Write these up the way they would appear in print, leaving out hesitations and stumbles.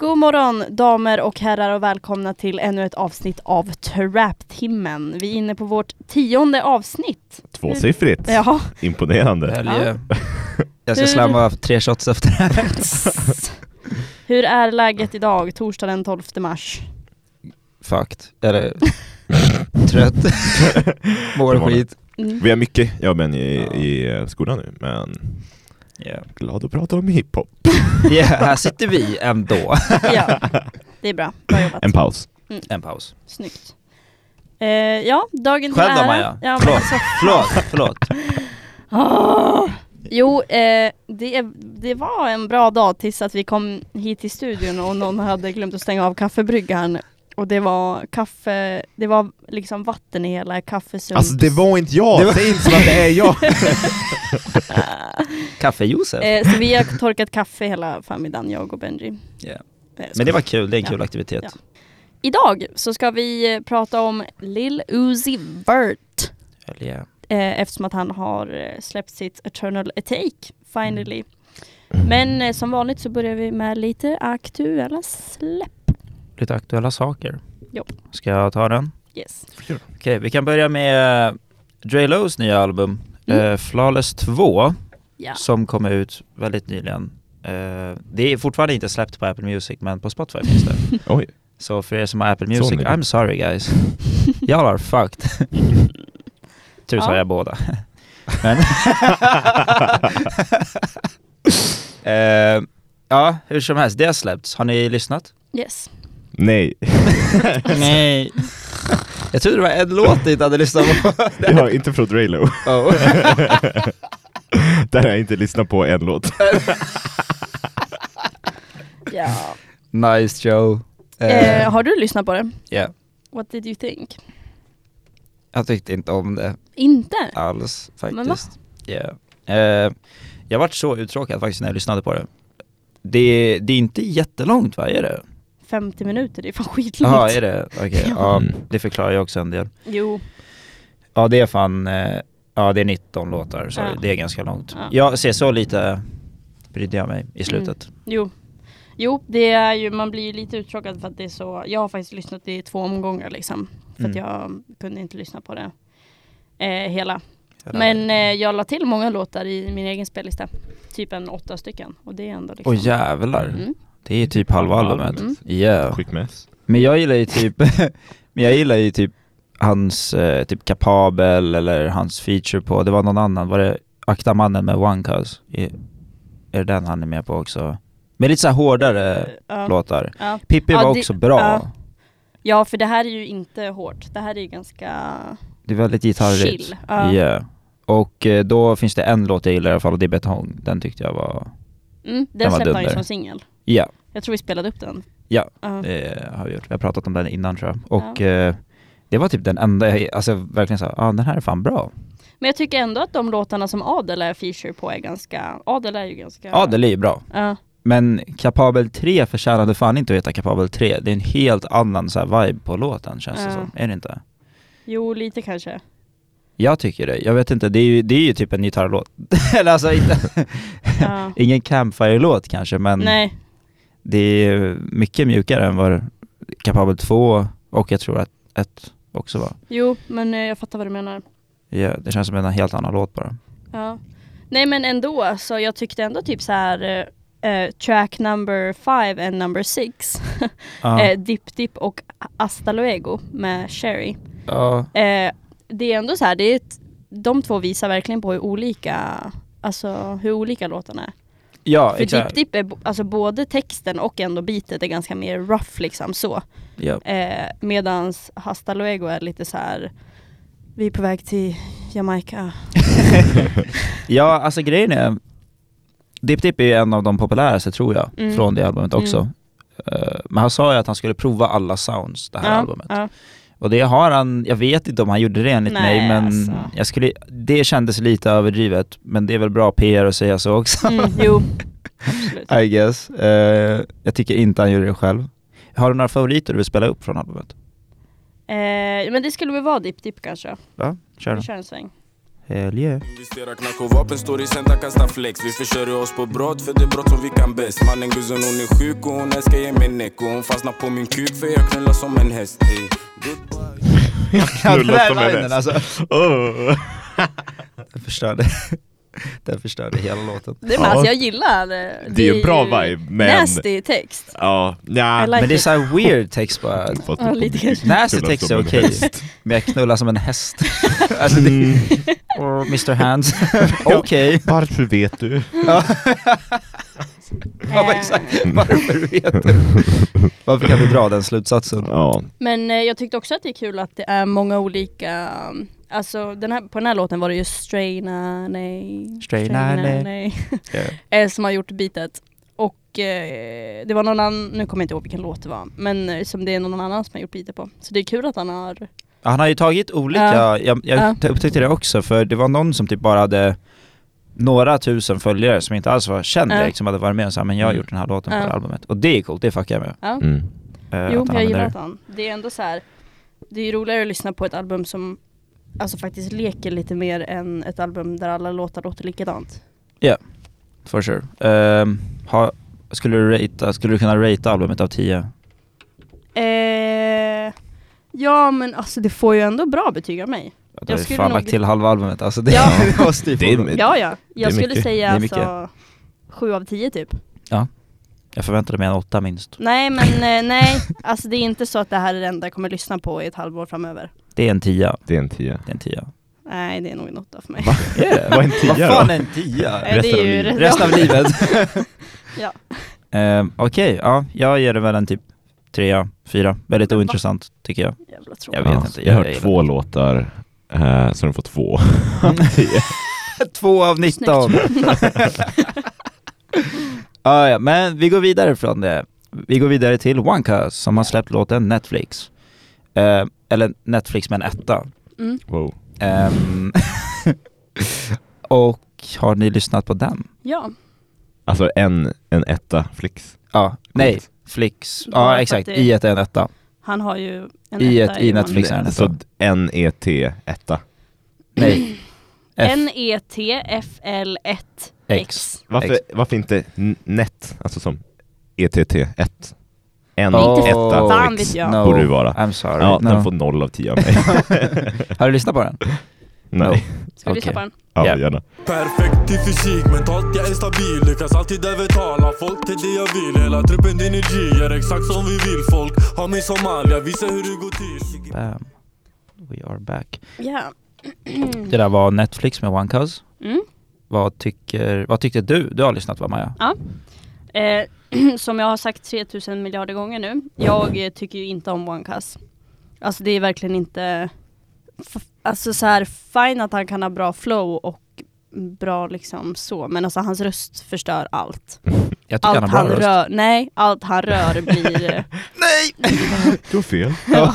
God morgon damer och herrar och välkomna till ännu ett avsnitt av Trap-timmen. Vi är inne på vårt 10:e avsnitt. Tvåsiffrigt. Ja. Imponerande. Ja. Jag ska slamma 3 shots efter det här. Hur är läget idag, torsdag den 12 mars? Fucked. Eller trött. Mår skit. Vi har mycket jobben i skolan nu, men glad att prata om hiphop. Ja, här sitter vi ändå. Ja, det är bra. Bra jobbat. En paus. En paus. Snyggt. Ja, dagen till själv då, ära. Maja? Ja, Förlåt. Jo, det var en bra dag tills att vi kom hit till studion och någon hade glömt att stänga av kaffebryggaren. Och det var kaffe, det var liksom vatten i hela kaffesump. Alltså det var inte jag, säg inte som att det är jag. Kaffe-Josef. Så vi har torkat kaffe hela förmiddagen, jag och Benji. Yeah. Men det var kul, det är en kul aktivitet. Ja. Idag så ska vi prata om Lil Uzi Vert. Yeah. Eftersom att han har släppt sitt Eternal Atake, finally. Men som vanligt så börjar vi med lite aktuella släpp. Lite aktuella saker. Jo. Ska jag ta den? Yes. Okej, vi kan börja med Dre Lows nya album. Flawless 2. Ja. Som kom ut väldigt nyligen. Det är fortfarande inte släppt på Apple Music, men på Spotify finns det. Oj. Så för er som har Apple Music, I'm sorry guys. Y'all are fucked. Tur sa jag båda. Men ja, hur som helst, det har släppts. Har ni lyssnat? Yes. Nej. Nej. Jag trodde det var en låt ni inte hade lyssnat på. Ja, inte från Drelo. Oh. Där har jag inte lyssnat på en låt. Ja. Nice show. Har du lyssnat på det? Ja. Yeah. What did you think? Jag tyckte inte om det. Inte? Alls, faktiskt. Men va? Yeah. Jag varit så uttråkad faktiskt när jag lyssnade på det. Det är inte jättelångt, va? Är det? 50 minuter, det är fan skitlångt. Ja, är det? Okej, ja, det förklarar jag också en del. Jo. Ja, det är fan... ja, det är 19 låtar, så det är ganska långt. Ja. Jag ser så lite brydde jag mig i slutet. Jo, det är ju, man blir ju lite uttråkad för att det är så... Jag har faktiskt lyssnat i 2 omgångar liksom. För att jag kunde inte lyssna på det hela. Men jag la till många låtar i min egen spellista. Typ 8 stycken. Och det är ändå liksom... Åh jävlar. Det är typ halva albumet. Yeah. Skickmäss. Men jag gillar ju typ hans typ Kapabel eller hans feature på, det var någon annan, var det Akta mannen med One Cuz? Är det den han är med på också? Men lite så här hårdare låtar. Ja. Pippi var också bra. Ja, för det här är ju inte hårt. Det här är ju ganska... Det är väldigt gitarrigt. Chill. Yeah. Och då finns det en låt jag gillar i alla fall, och det är Betong. Den tyckte jag var... den släppte han ju som singel. Ja. Jag tror vi spelade upp den. Ja, det har vi gjort. Vi har pratat om den innan, tror jag. Och det var typ den enda jag verkligen sa, den här är fan bra. Men jag tycker ändå att de låtarna som Adel är feature på är ganska... Adel är ju ganska... Adel är ju bra. Men Kapabel 3 förtjänade fan inte att heta Kapabel 3. Det är en helt annan så här vibe på låten, känns det som. Är det inte? Jo, lite kanske. Jag tycker det. Jag vet inte, det är ju typ en gitarrlåt. Eller alltså inte... Ingen Campfire-låt kanske, men... Nej. Det är mycket mjukare än vad Kapabel 2 och jag tror att 1 också var. Jo, men jag fattar vad du menar. Ja, det känns som en helt annan låt bara. Ja. Nej, men ändå, så jag tyckte ändå typ så här track number 5 and number 6 Dip Dip och Hasta Luego med Sherry. Det är ändå så här, de två visar verkligen på hur olika låtarna är. Ja, för exakt. Dip Dip är alltså både texten och ändå beatet är ganska mer rough liksom så. Medans Hasta Luego är lite så här, vi är på väg till Jamaica. Ja, alltså grejen är, Dip Dip är en av de populäraste, tror jag, från det albumet också. Men han sa ju att han skulle prova alla sounds det här albumet. Och det har han, jag vet inte om han gjorde det enligt mig, men alltså. Det kändes lite överdrivet, men det är väl bra PR att säga så också. Jo, absolut. I guess. Jag tycker inte han gjorde det själv. Har du några favoriter du vill spela upp från albumet? Men det skulle väl vara Dip Dip kanske. Ja, kör en sväng. Hell yeah. Investera knack och vapen står i center, kasta flex. Vi försörjer oss på brott, för det är brott som vi kan bäst. Mannen guzzen hon är sjuk och hon älskar ge mig näck. Och hon fastnar på min kuk för jag knullar som en häst. Hey, goodbye. Jag knullar som en häst alltså. Den förstörde hela låten. Det men, alltså, jag gillar det är ju bra vibe, men nasty text. Ja, like men det är så här weird text bara. Nasty text är okej. Men jag knullar som en häst. Alltså det, Mr. Hands. Okej. Varför vet du? Ja, exakt. Varför vet du? Varför kan vi dra den slutsatsen? Ja. Men jag tyckte också att det är kul att det är många olika. Alltså på den här låten var det ju Straina nej. Som har gjort bitet. Och det var någon annan, nu kommer jag inte ihåg vilken låt det var, men som det är någon annan som har gjort bitet på. Så det är kul att han har... Han har ju tagit olika, jag upptäckte det också, för det var någon som typ bara hade några tusen följare som inte alls var känd direkt, som hade varit med och sa, men jag har gjort den här låten på det albumet. Och det är coolt, det fuckar jag med. Jo, jag gillar att han. Det är ändå så här, det är ju roligare att lyssna på ett album som alltså faktiskt leker lite mer än ett album där alla låtar låter likadant. Ja, yeah, for sure. Skulle du kunna rata albumet av 10? Ja, men alltså det får ju ändå bra betyg av mig. Jag skulle fan lagt till halva albumet. Alltså det måste ju få. Jag skulle säga alltså 7 av 10 typ. Ja. Jag förväntade mig en 8 minst. Nej, men nej. Alltså det är inte så att det här är det enda jag kommer lyssna på i ett halvår framöver. Det är en 10. Det är en 10. Nej, det är nog en 8 för mig. Yeah. Vad är en 10 då? Vad fan är en 10? Resten av livet. Ja. Okej, ja. Jag ger det väl en typ 3-4. Väldigt ointressant tycker jag. Jag vet inte. Jag har hört 2 låtar så de får 2 av 10. 2 av 19. Ja, men vi går vidare från det. Vi går vidare till OneCuz som har släppt låten Netflix. Eller Netflix med en 1. Wow. Och har ni lyssnat på den? Ja. Alltså en 1 Flix. Ja, nej, Flix. Ja, exakt. I ett en 1. Han har ju en etta i Netflix är en 1. Så NET 1. Nej. NETFL1X. Varför inte net, alltså som ETT 1? En X borde det vara. I'm sorry. Ja, den får 0 av 10 av mig. Har du lyssnat på den? Nej. Ska vi lyssna på den? Ja, gärna. Perfekt i fysik, mentalt jag är stabil. Lyckas alltid övertala folk till det jag vill. Hela truppen din energi är exakt som vi vill. Folk har mig som all, jag visar hur det går till. Bam. We are back. Ja. Det där var Netflix med OneCuz. Vad tyckte du? Du har lyssnat, va, Maja? Ja. Som jag har sagt 3000 miljarder gånger nu. Jag tycker ju inte om OneCuz. Alltså det är verkligen inte... Alltså så här, fine att han kan ha bra flow och bra liksom så. Men alltså hans röst förstör allt. Jag tycker allt han har bra röst. Nej, allt han rör blir... Nej! Du har fel. Ja.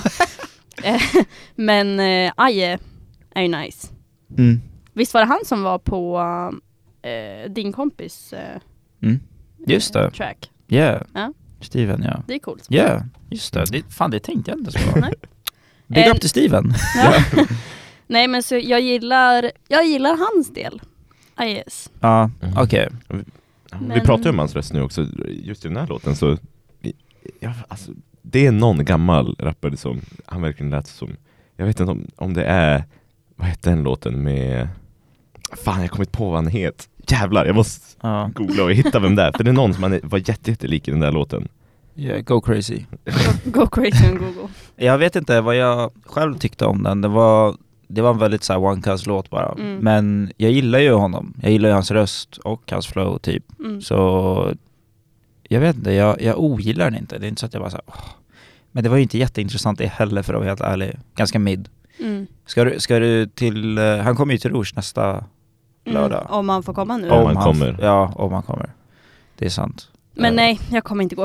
Men Aje är ju nice. Visst var det han som var på din kompis just det. track? Yeah. Steven, ja. Det är coolt. Yeah, just det. Fan, det tänkte jag inte så bra. Big up till Steven. Ja. Nej, men så jag gillar hans del. Yes. Ja, okej. Vi pratar ju om hans röst nu också. Just i den här låten så... alltså, det är någon gammal rappare som han verkligen lät som... Jag vet inte om det är... Vad heter den låten med... Fan, jag har kommit på vad han heter. Jävlar, jag måste googla och hitta vem det är. För det är någon som var jättelik i den där låten. Yeah, go crazy. Go crazy on Google. Jag vet inte vad jag själv tyckte om den. Det var en väldigt så här OneCuz låt bara. Men jag gillar ju honom. Jag gillar ju hans röst och hans flow typ. Så jag vet inte, jag ogillar den inte. Det är inte så att jag bara så här, men det var ju inte jätteintressant det heller, för att vara helt ärlig. Ganska mid. Ska du till... han kommer ju till Rouge nästa lördag. Om man får komma nu. Om man kommer. Ja, om man kommer. Det är sant. Men nej, jag kommer inte gå.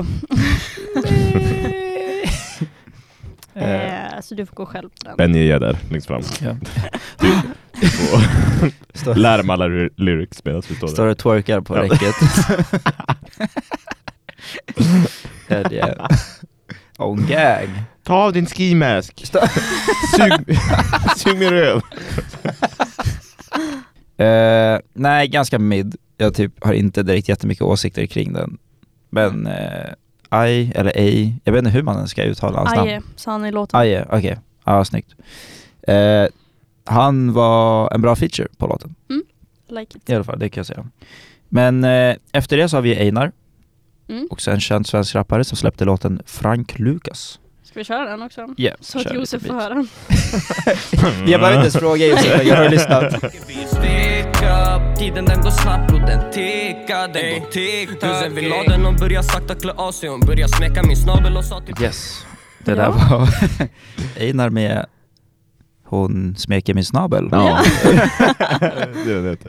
Så du får gå själv på den. Benny är där längst fram. Ja. Du får lära mig alla lyrics medan vi står där. Står och twerkar på räcket. On gag. Ta av din ski mask. Sug med röv. Nej, ganska mid. Jag typ har inte direkt jättemycket åsikter kring den. Men Ai, eller Ei, jag vet inte hur man ska uttala hans namn. Aje, sa han i låten. Aje, okej. Ja, snyggt. Han var en bra feature på låten. Like it. I alla fall, det kan jag säga. Men efter det så har vi Einar. Också en känd svensk rappare som släppte låten Frank Lucas. Ska vi köra den också? Yeah, så att Josef får höra. Jag behöver inte ens fråga Josef, jag har lyssnat. Tiden den går snabbt och den tickar, den går tick-tack. Husen vill ha den och börjar sakta klä av sig. Hon börjar smeka min snabel och sa till... Yes, det där var Einar med Hon smeker min snabel. Ja. Det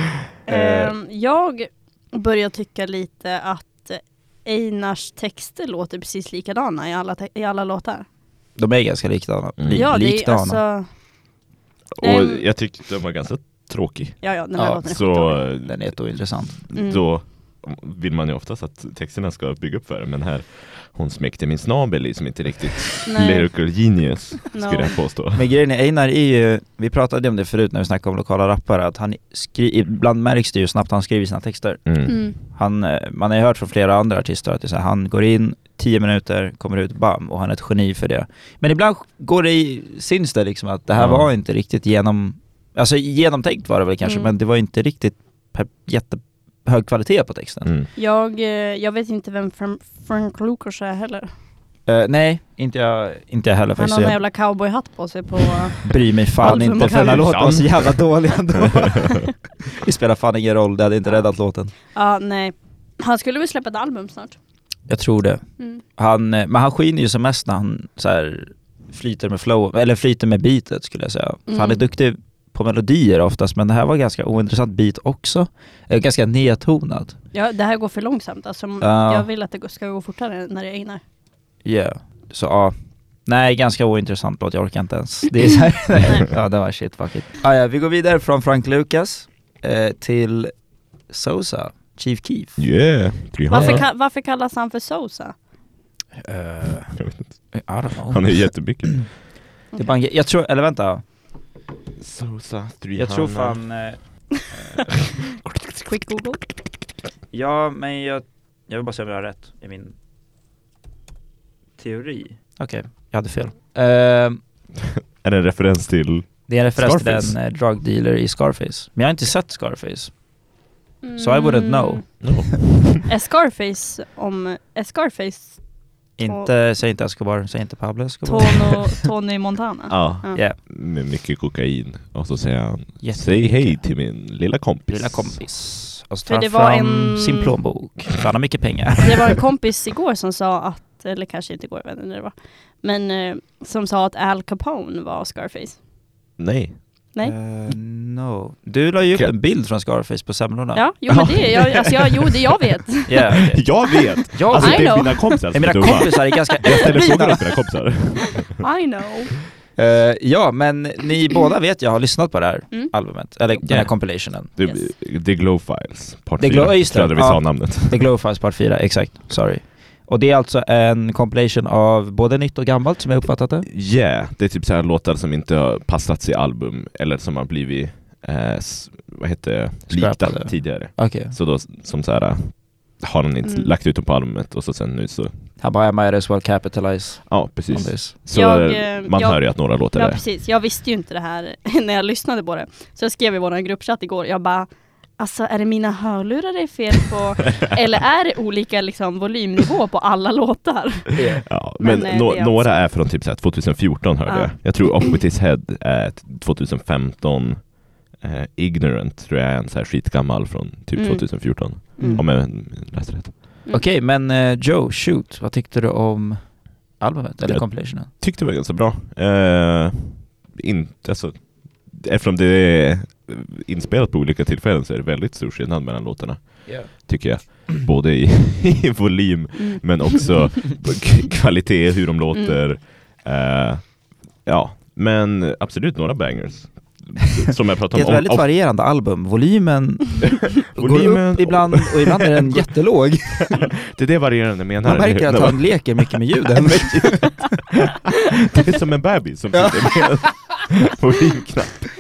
jag börjar tycka lite att Einars texter låter precis likadana i alla låtar. De är ganska likadana. Ja, det är alltså... Och jag tyckte de var ganska tråkig. Ja, den här låten är så den är ointressant. Då vill man ju oftast att texterna ska bygga upp för det, men här hon smekte min snabel som inte riktigt lyrical genius skulle jag påstå. Men grejen är, Einar är ju, vi pratade om det förut när vi snackade om lokala rappare, att han ibland märks det ju snabbt han skriver sina texter. Man har ju hört från flera andra artister att det är så här, han går in 10 minuter, kommer ut, bam, och han är ett geni för det. Men ibland går det syns det liksom att det här var inte riktigt genomtänkt var det väl kanske, men det var inte riktigt jättehög kvalitet på texten. Jag vet inte vem Frank Lucas är heller. Nej, inte jag heller. Han har en jävla cowboyhatt på sig på... Bryr mig fan inte, för den här låten var så jävla dålig ändå. Det spelar fan ingen roll, det hade inte räddat låten. Ja, nej. Han skulle väl släppa ett album snart. Jag tror det. Men han skiner ju som mest när han så här flyter med flow, eller flyter med beatet skulle jag säga. För han är duktig på melodier oftast, men det här var ganska ointressant beat också. Ganska nedtonad. Ja, det här går för långsamt. Alltså, jag vill att det ska gå fortare när det är Einar. Så ja. Nej, ganska ointressant låt, jag orkar inte ens. Det är så här. Ja, det var shit, fuck it. Vi går vidare från Frank Lucas till Sosa, Chief Keef. Yeah. Varför kallas han för Sosa? I don't know. Han är jättemycket. Det är bara jag tror, eller vänta. Sosa 300. Jag tror fan... Quick Google. Ja, men jag vill bara se om jag har rätt i min teori. Okej, jag hade fel. Är det en referens till Det är en referens Scarface? till en drug dealer i Scarface. Men jag har inte sett Scarface. So I wouldn't know. Är Scarface inte, säg inte Escobar, säg inte Pablo Escobar. Tony Montana. Ja, med mycket kokain. Och så säger han, säg hej till min lilla kompis. Och så tar han fram sin plånbok. För han har mycket pengar. Det var en kompis igår som sa att, eller kanske inte igår, jag vet inte när det var. Men som sa att Al Capone var Scarface. Nej. No. Du la ju upp en bild från Scarface på semlorna. Ja, men det jag vet. Yeah, okay. Jag vet. Alltså, det är mina kompisar. Mina kompisar är ganska... Jag ställer frågor till mina kompisar. I know. Ja, men ni båda vet jag har lyssnat på det här albumet. Eller den här compilationen. The Glow Files, part 4. Just det. Vi sa namnet. The Glow Files, part 4, exakt. Sorry. Och det är alltså en compilation av både nytt och gammalt som jag uppfattat det? Yeah, det är typ så här låtar som inte har passats i album eller som har blivit likta tidigare. Okay. Så då som så här har han inte lagt ut dem på albumet och så sen nu så han bara, I might as well capitalize. Ja, precis. Så man hör ju att några låtar Ja, precis. Jag visste ju inte det här när jag lyssnade på det. Så jag skrev i vår gruppchatt igår, jag bara, alltså är det mina hörlurar det är fel på eller är det olika liksom volymnivå på alla låtar? Ja, men några är från typ så här 2014 hörde jag. Jag tror Off With His Head är 2015. Ignorant tror jag är en så här skitgammal från typ 2014. Om jag läste rätt. Okej, men Joe, shoot. Vad tyckte du om albumet eller compilationen? Tyckte det var ganska bra. Eftersom det är inspelat på olika tillfällen så är det väldigt stor skillnad mellan låtarna. Tycker jag. Både i volym men också kvalitet, hur de låter. Men absolut några bangers. Som jag pratade om. Det är ett väldigt varierande album. Volymen går upp ibland och ibland är den jättelåg. Det är det varierande menar. Man märker att han leker mycket med ljuden. Det är som en bebis som sitter med volymknapp.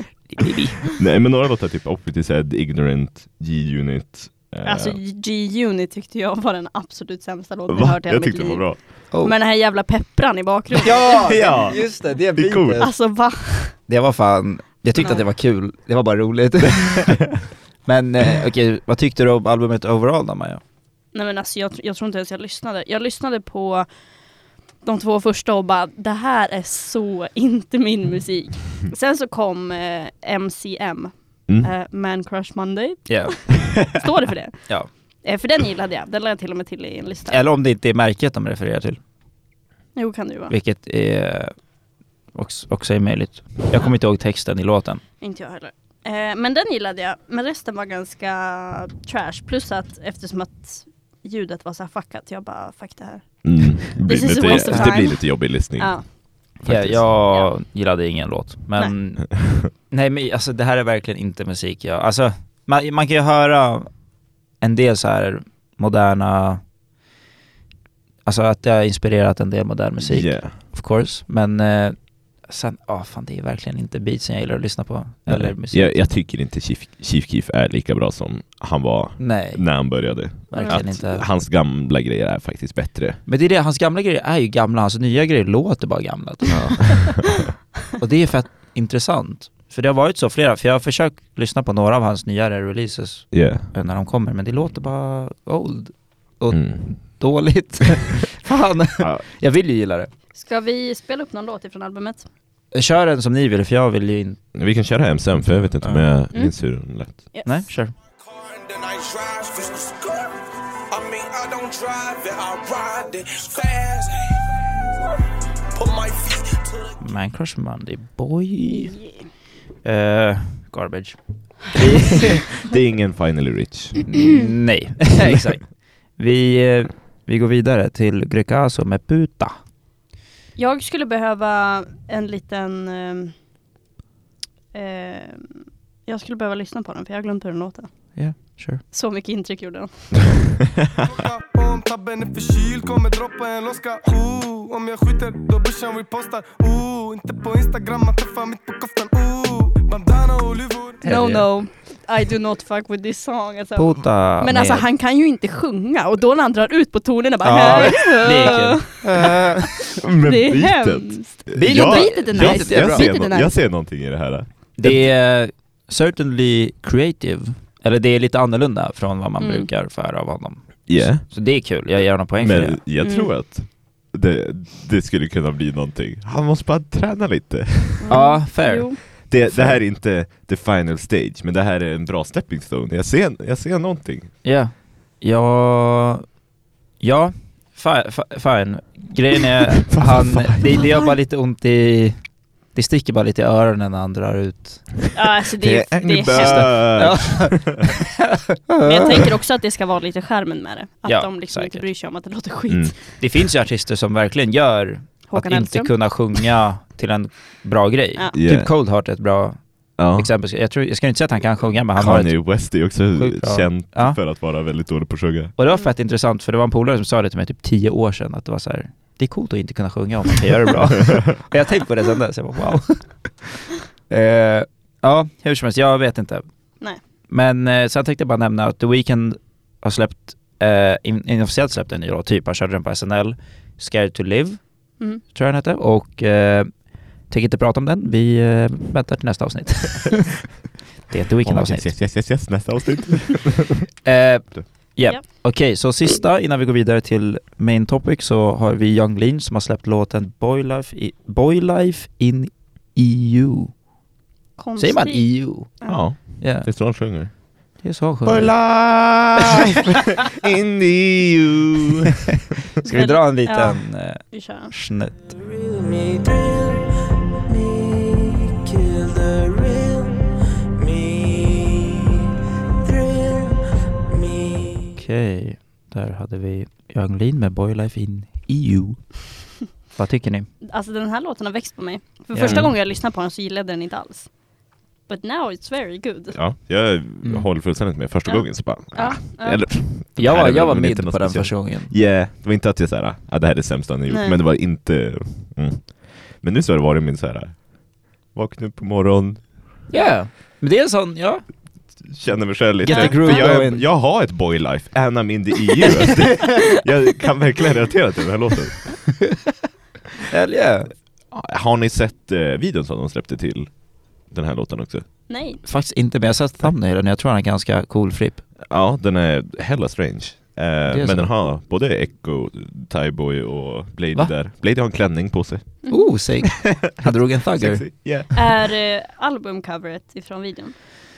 baby. Nej, men några låtar typ Opposite, Ignorant, G-Unit. Alltså G-Unit tyckte jag var den absolut sämsta låten jag hört i hela Jag mitt tyckte det liv. var bra. Men den här jävla peppran i bakgrunden. Ja, just det är coolt. Alltså va? Det var fan, jag tyckte att det var kul. Det var bara roligt. Men okej, vad tyckte du om albumet overall då, Maja? Nej men alltså jag tror inte ens jag lyssnade. Jag lyssnade på de 2 första och bara, det här är så inte min musik. Sen så kom MCM, Man Crush Monday. Yeah. Står det för det? Ja. För den gillade jag. Den lade jag till och med till i en lista. Eller om det inte är märket de refererar till. Jo, kan det ju vara. Vilket är också är möjligt. Jag kommer inte ihåg texten i låten. Inte jag heller. Men den gillade jag. Men resten var ganska trash. Plus att eftersom att ljudet var så här fuckat, jag bara, fuck det här. Det blir lite jobbig lyssning. Ja. Jag gillade ingen låt. Men nej, men alltså det här är verkligen inte musik. Alltså, man kan ju höra en del så här moderna, alltså att det har inspirerat en del modern musik, of course. Men sen, fan, det är verkligen inte beatsen jag gillar att lyssna på. Eller musik. Jag tycker inte Chief Keef är lika bra som han var när han började. Verkligen inte. Hans gamla grejer är faktiskt bättre. Men det är det, hans gamla grejer är ju gamla, hans nya grejer låter bara gamla. Och det är fett intressant. För det har varit så flera, för jag har försökt lyssna på några av hans nyare releases när de kommer, men det låter bara old och dåligt. Fan, jag vill ju gilla det. Ska vi spela upp någon låt ifrån albumet? Kör den som ni vill, för jag vill ju inte. Vi kan köra MCM, för jag vet inte om jag minns hur den lät. Yes. Nej, kör. Man Crush Monday, boy. Garbage. Det är ingen Finally Rich. Nej, exakt. Vi går vidare till Greekazo med Puta. Jag skulle behöva en liten... jag skulle behöva lyssna på den, för jag har glömt hur den låter. Yeah, sure. Så mycket intryck gjorde den. Om tabben är förkyld kommer droppa en loska. Om jag skjuter då börsen repostar. Inte på Instagram, man träffar mitt på koftan. Bandana och luvor. No, I do not fuck with this song. Alltså. Puta. Men alltså han kan ju inte sjunga. Och då när han drar ut på tonerna bara... det är kul. Det är hemskt. Beatet är nice. Jag ser någonting i det här. Det är certainly creative. Eller det är lite annorlunda från vad man brukar föra av honom. Yeah. Så det är kul, jag ger honom poäng för det. Men jag tror att det skulle kunna bli någonting. Han måste bara träna lite. Ja, fair. Det här är inte the final stage, men det här är en bra stepping stone. Jag ser någonting. Ja, fine. Grejen är det gör bara lite ont i... Det sticker bara lite i öronen när han drar ut. Ja, alltså det är Men jag tänker också att det ska vara lite skärmen med det. Att de liksom inte bryr sig om att det låter skit. Det finns ju artister som verkligen gör Håkan att Hellström. inte kunna sjunga till en bra grej. Typ Cold Heart är ett bra exempel. Jag ska inte säga att han kan sjunga, men han Kanye West är också känd för att vara väldigt dålig på att sjunga. Och det var fett intressant, för det var en polare som sa det till mig typ 10 år sedan, att det var så här: det är coolt att inte kunna sjunga om man kan göra det bra. Och jag tänkte på det sen dess, jag bara wow. Hur som helst, jag vet inte. Nej. Men sen tänkte jag bara nämna att The Weeknd har släppt inofficiellt släppt en ny låt, typ han körde den på SNL, Scared to Live tror jag den heter, och tänker inte prata om den, vi väntar till nästa avsnitt. Det är The Weeknd avsnitt. Yes, nästa avsnitt. Okej, så sista innan vi går vidare till main topic, så har vi Yung Lean som har släppt låten Boy Life in EU. Konstigt. Säger man EU? Ja, det är så han sjunger. Det är så han sjunger. Boy Life in EU. Ska vi dra en liten snutt? Okej, där hade vi Yung Lean med Boy Life in EU. Vad tycker ni? Alltså den här låten har växt på mig. För första gången jag lyssnade på den så gillade den inte alls. But now it's very good. Ja, jag håller fullständigt med. Första gången så bara... Eller, jag var med på den första gången. Det var inte att jag såhär, det här är det sämsta han har gjort. Men det var inte... Men nu så har det varit min såhär, vakna upp på morgon, Yeah. Men det är en sån, ja. Känner mig själv lite. Get the groove Jag har ett boy life, and I'm in the EU. Jag kan verkligen relatera till den här låten. Hell yeah. Har ni sett videon som de släppte till den här låten också? Nej. Faktiskt inte, men jag har sett thumbnailen. Jag tror han är ganska cool fripp. Ja, den är hella strange. Men så. den har både Echo, Tyboy och Blade där. Blade har en klänning på sig. Sick. Han drog en thugger. Yeah. Är albumcoveret ifrån videon?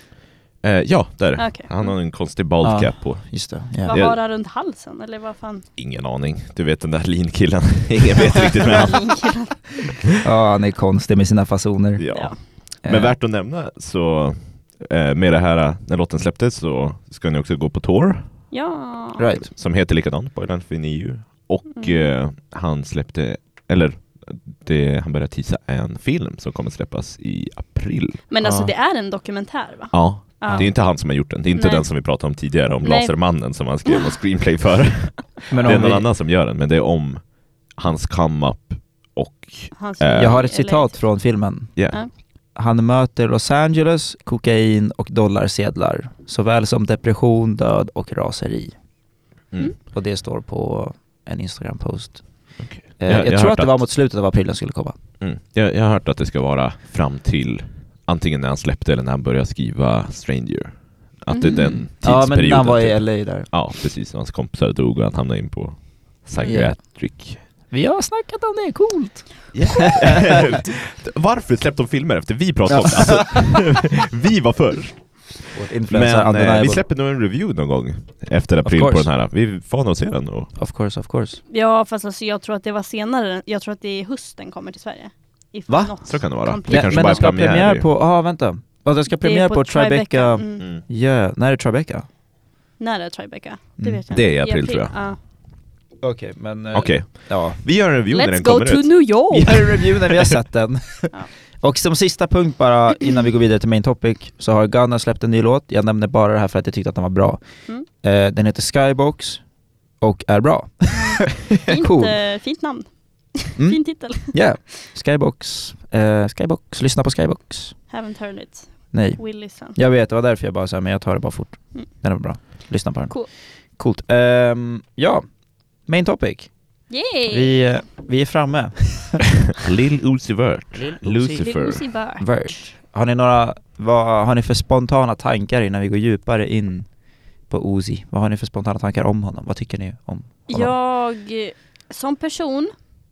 Ja, där. Okay. Han har en konstig bald cap på. Just det. Yeah. Vad har han runt halsen? Eller vad fan? Ingen aning. Du vet den där lean-killen. Ingen vet riktigt med han. Ja, han är konstig med sina fasoner. Ja. Men värt att nämna så med det här, när låten släpptes så ska ni också gå på tour. Ja. Right. Som heter likadant, Boyland for EU. Och han släppte, eller han började teasa en film som kommer släppas i april. Men alltså det är en dokumentär, va? Ja. Det är inte han som har gjort den. Det är inte den som vi pratade om tidigare, om Lasermannen som han skrev en screenplay för. Men det är någon annan som gör den, men det är om hans come-up och... jag har ett citat från filmen. Yeah. Han möter Los Angeles, kokain och dollarsedlar, såväl som depression, död och raseri. Och det står på en Instagram-post. Okay. Jag tror att det var mot slutet av april den skulle komma. Jag har hört att det ska vara fram till antingen när han släppte eller när han började skriva Stranger. Att det är den tidsperioden. Ja, men han var i LA där. Ja, precis. Hans kompisar dog och han hamnade in på psychiatric. Vi har snackat om det, coolt. Yeah. Varför släppte de filmer efter vi pratade om det? Alltså, vi var först. Men vi släpper nog en review någon gång efter april på den här. Vi får nog se den då. Of course. Ja, fast alltså, jag tror att det var senare. Jag tror att det är hösten kommer till Sverige. Va? Så kan det vara. Det kanske men bara den ska premiär på... vänta. Den ska premiär på Tribeca. Ja, när är Tribeca? När är Tribeca? Det vet jag. Det är i april tror jag. Ja. Okej, men... Ja. Vi gör en review när den kommer ut. Let's go to New York! Vi gör en review när vi har sett den. Och som sista punkt bara, innan vi går vidare till main topic, så har Gunna släppt en ny låt. Jag nämner bara det här för att jag tyckte att den var bra. Den heter Skybox och är bra. Fint namn. Fin titel. Yeah. Skybox. Lyssna på Skybox. Haven't heard it. Nej. Will listen. Jag vet, det var därför jag bara sa, men jag tar det bara fort. Den är bra. Lyssna på den. Coolt. Ja, main topic. Yay. Vi är framme. Lil Uzi Vert. Lucifer. Vert. Vad har ni för spontana tankar innan vi går djupare in på Uzi? Vad har ni för spontana tankar om honom? Vad tycker ni om honom? Jag, som person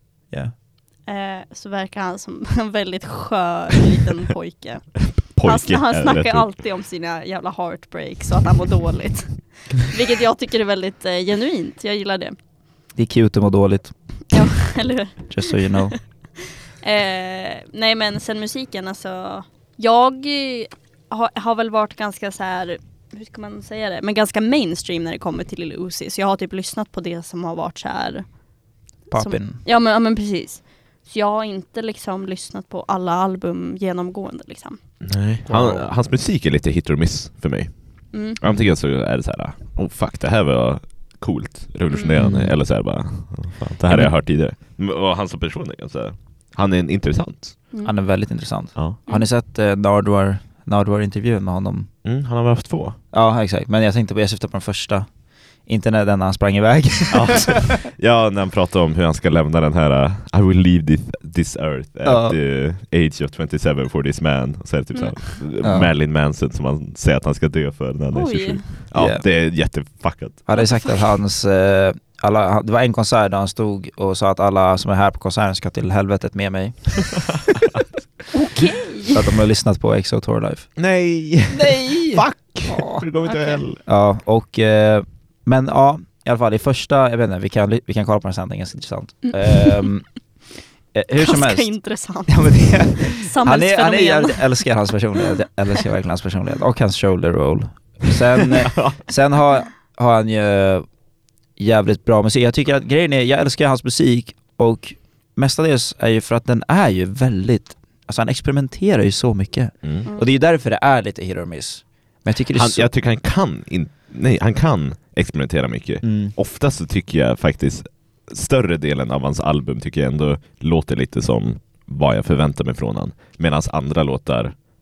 så verkar han som en väldigt skör liten pojke. Han snackar alltid om sina jävla heartbreaks och att han mår dåligt. Vilket jag tycker är väldigt genuint. Jag gillar det. Det är cute att må dåligt. Ja, eller hur? Just so you know. Nej, men sen musiken, alltså... Jag har väl varit ganska så här... Hur ska man säga det? Men ganska mainstream när det kommer till Lil Uzi. Så jag har typ lyssnat på det som har varit så här... Poppin'. Ja, men precis. Så jag har inte liksom lyssnat på alla album genomgående liksom. Nej. Hans musik är lite hit or miss för mig. Antingen så är det så här, oh fuck, det här var coolt, revolutionerande, eller så här bara, fan, det här har jag hört tidigare. Och han som person är så här, han är intressant. Han är väldigt intressant. Ja. Har ni sett Nardwar-intervjun med honom? Han har haft 2. Ja, exakt. Men jag syftade på den första. Inte när den han sprang iväg. Ja, när han pratar om hur han ska lämna den här I will leave this earth at the age of 27 for this man. Så är det typ så Marilyn Manson som man säger att han ska dö för när han är 27. Ja, det är jättefuckat. Han hade sagt att det var en konsert där han stod och sa att alla som är här på konserten ska till helvetet med mig. Okej. Så att de har lyssnat på EXO Tour Life. Nej! Fuck! Det går inte väl. Ja, och... men ja, i alla fall i första, jag vet inte, vi kan kolla på den sen, det är ganska intressant. Hur som helst. Intressant. Ja, men Samhällsfenomen. Jag älskar hans personlighet. Jag älskar verkligen hans personlighet. Och hans shoulder roll. Sen har han ju jävligt bra musik. Jag tycker att grejen är, jag älskar hans musik. Och mestadels är ju för att den är ju väldigt, alltså han experimenterar ju så mycket. Och det är ju därför det är lite hit or miss. Men jag tycker jag tycker han kan experimentera mycket. Oftast så tycker jag faktiskt större delen av hans album tycker jag ändå låter lite som vad jag förväntar mig från han. Medan andra låtar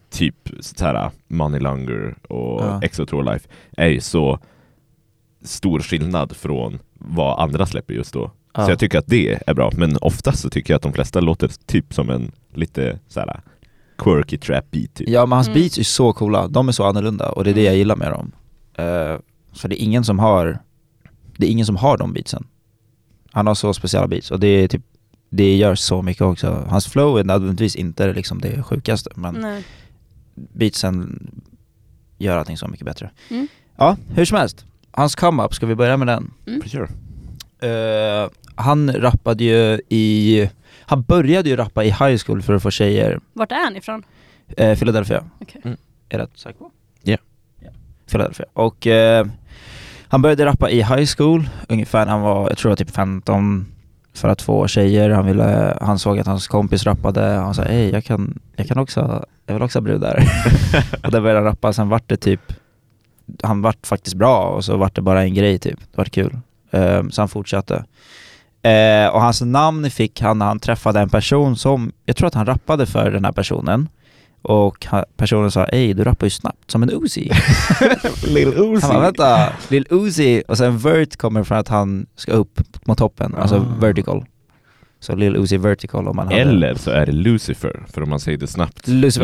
typ såhär Money Longer och Exotro Life är ju så stor skillnad från vad andra släpper just då. Så jag tycker att det är bra, men oftast så tycker jag att de flesta låter typ som en lite såhär quirky trap beat typ. Ja, men hans beats är så coola, de är så annorlunda och det är det jag gillar med dem. Så det är ingen som har de beatsen. Han har så speciella beats och det är typ, det gör så mycket också. Hans flow är nödvändigtvis inte liksom det sjukaste, men beatsen gör allting så mycket bättre. Ja, hur som helst. Hans come-up, ska vi börja med den? Sure. Han rappade ju han började ju rappa i high school för att få tjejer. Vart är han ifrån? Philadelphia. Okay. Är det säkert på? Ja. Philadelphia. Och han började rappa i high school ungefär när han var, jag tror typ 15, för att få tjejer. Han såg att hans kompis rappade. Han sa, jag vill också brudar. Och där började han rappa. Sen vart det typ, han vart faktiskt bra och så vart det bara en grej typ. Det var kul. Så han fortsatte. Och hans namn fick han när han träffade en person som, jag tror att han rappade för den här personen. Och personen sa, du rappar ju snabbt som en Uzi. Lil Uzi. Han bara, vänta, Lil Uzi. Och sen Vert kommer från att han ska upp mot toppen. Alltså vertical. Så Lil Uzi vertical om man hade. Eller så är det Lucifer, för om man säger det snabbt. Lucifer.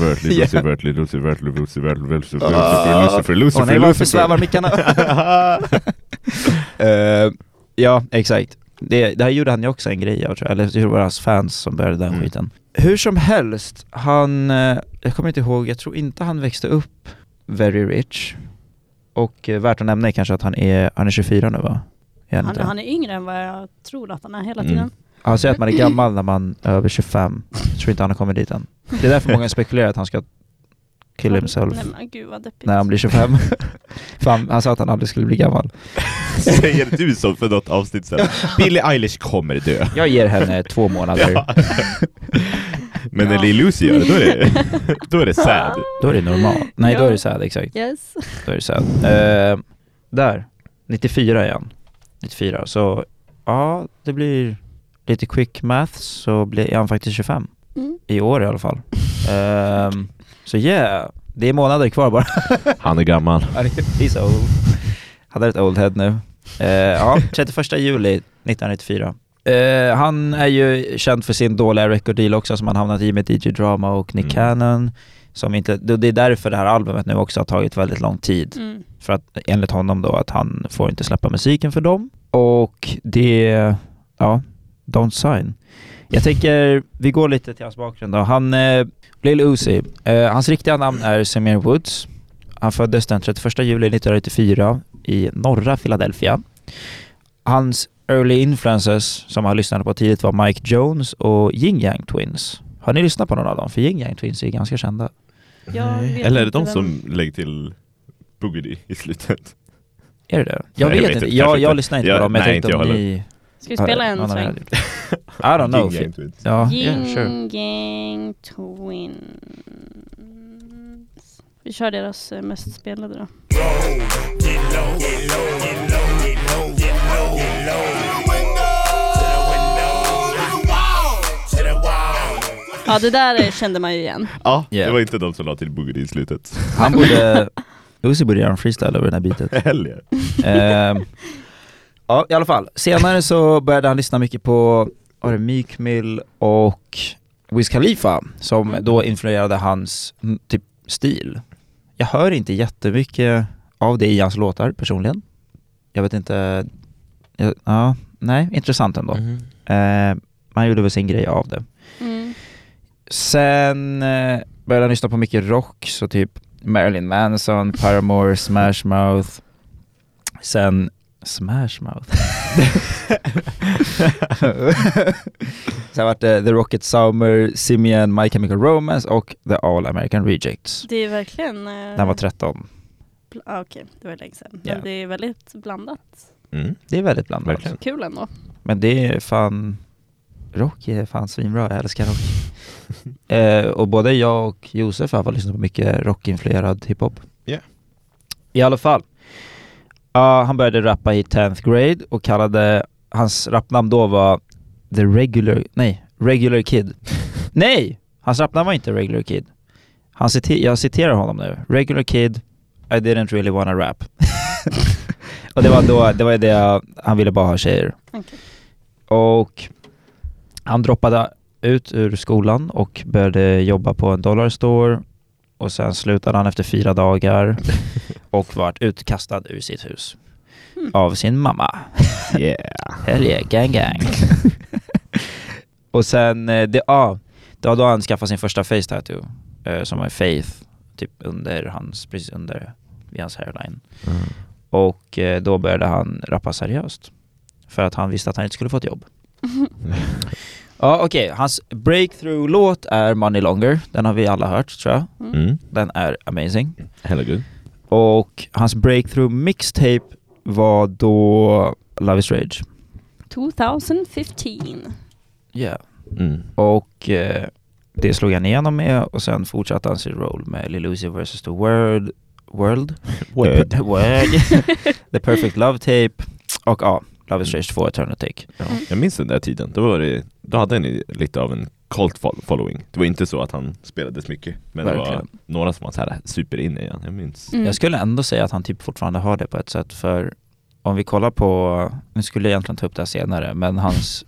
Lucifer. Nej, varför svävar mickarna? Ja, exakt. Det här gjorde han ju också en grej, jag tror. Eller det var hans fans som började den skiten. Hur som helst, jag kommer inte ihåg, jag tror inte han växte upp very rich. Och värt att nämna är kanske att han är 24 nu, va? Han är yngre än vad jag tror att han är hela tiden. Han säger att man är gammal när man är över 25. Jag tror inte han har kommit dit än. Det är därför många spekulerar att han ska kill himself. Nej, men gud vad deppigt. När han blir 25. Han sa att han aldrig skulle bli gammal. Säger du så för något avsnitt sen? Billie Eilish kommer dö. Jag ger henne 2 månader. Ja. Men när Lil Uzi gör det, då är det sad. Då är det normalt. Nej, då är det sad, exakt. Yes. Då är det sad. Där. 94 igen. 94. Så ja, det blir lite quick math, så är han faktiskt 25. I år i alla fall. Så det är månader kvar bara. Han är gammal. He's old. Han är ett old head nu. 31 juli 1994. Han är ju känd för sin dåliga record deal också, som han hamnat i med DJ Drama och Nick Cannon. Det är därför det här albumet nu också har tagit väldigt lång tid. För att enligt honom då att han får inte släppa musiken för dem. Och det, don't sign. Jag tänker, vi går lite till hans bakgrund då. Han, Lil Uzi, hans riktiga namn är Samir Woods. Han föddes den 31 juli 1994 i norra Philadelphia. Hans early influences som han lyssnade på tidigt var Mike Jones och Ying Yang Twins. Har ni lyssnat på någon av dem? För Ying Yang Twins är ganska kända. Eller är det de som lägger till Boogedy i slutet? Är det det? Jag vet inte. Jag lyssnar inte på dem. Men jag tänkte om ni... Ska vi spela en sväng? I don't know. Ying Yang Twins. Ja, Ying Yang Twins. Vi kör deras mest spelade då. Ja, det där kände man ju igen. Ja, det var inte de som la till Boogedy i slutet. Uzi borde göra en freestyle över den här bitet. Heller. Ja, i alla fall. Senare så började han lyssna mycket på Meek Mill och Wiz Khalifa, som då influerade hans typ stil. Jag hör inte jättemycket av det i hans låtar personligen. Jag vet inte. Nej, intressant ändå. Man gjorde väl sin grej av det. Sen började han lyssna på mycket rock, så typ Marilyn Manson, Paramore, Smash Mouth. Sen Smash Mouth. Sen var det The Rocket Summer, Simian, My Chemical Romance och The All American Rejects. Det är verkligen... Den var 13. Okej, det var länge sedan. Men det är väldigt blandat. Det är väldigt blandat. Verkligen. Kul ändå. Men det är fan... Rock är fan svinbra, jag älskar rock. Och både jag och Josef har lyssnat på mycket rockinfluerad hiphop. I alla fall. Han började rappa i 10th grade och kallade, hans rapnamn då var Regular Kid. Nej, hans rapnamn var inte Regular Kid. Jag citerar honom nu. Regular kid, I didn't really wanna rap. Och det var det han ville bara ha tjejer. Okay. Och han droppade ut ur skolan och började jobba på en dollar store. Och sen slutade han efter 4 dagar och vart utkastad ur sitt hus av sin mamma. Yeah. Hell yeah, gang gang. Och sen då han skaffade sin första face tattoo som är Faith typ precis under vid hans hairline. Och då började han rappa seriöst för att han visste att han inte skulle få ett jobb. Ja, okej. Hans breakthrough-låt är Money Longer. Den har vi alla hört, tror jag. Den är amazing. Hella good. Och hans breakthrough mixtape var då Love is Rage. 2015. Yeah. Och det slog han igenom med och sen fortsatte han sin roll med Lil Uzi vs. The World. The Perfect Love Tape och Love is Rage 2 Eternal Take. Ja. Jag minns den där tiden. Då hade ni lite av en cult following. Det var inte så att han spelades mycket, men verkligen. Det var några som var så här super inne igen. Jag minns. Jag skulle ändå säga att han typ fortfarande har det på ett sätt, för om vi kollar på, nu skulle jag egentligen ta upp det här senare, men hans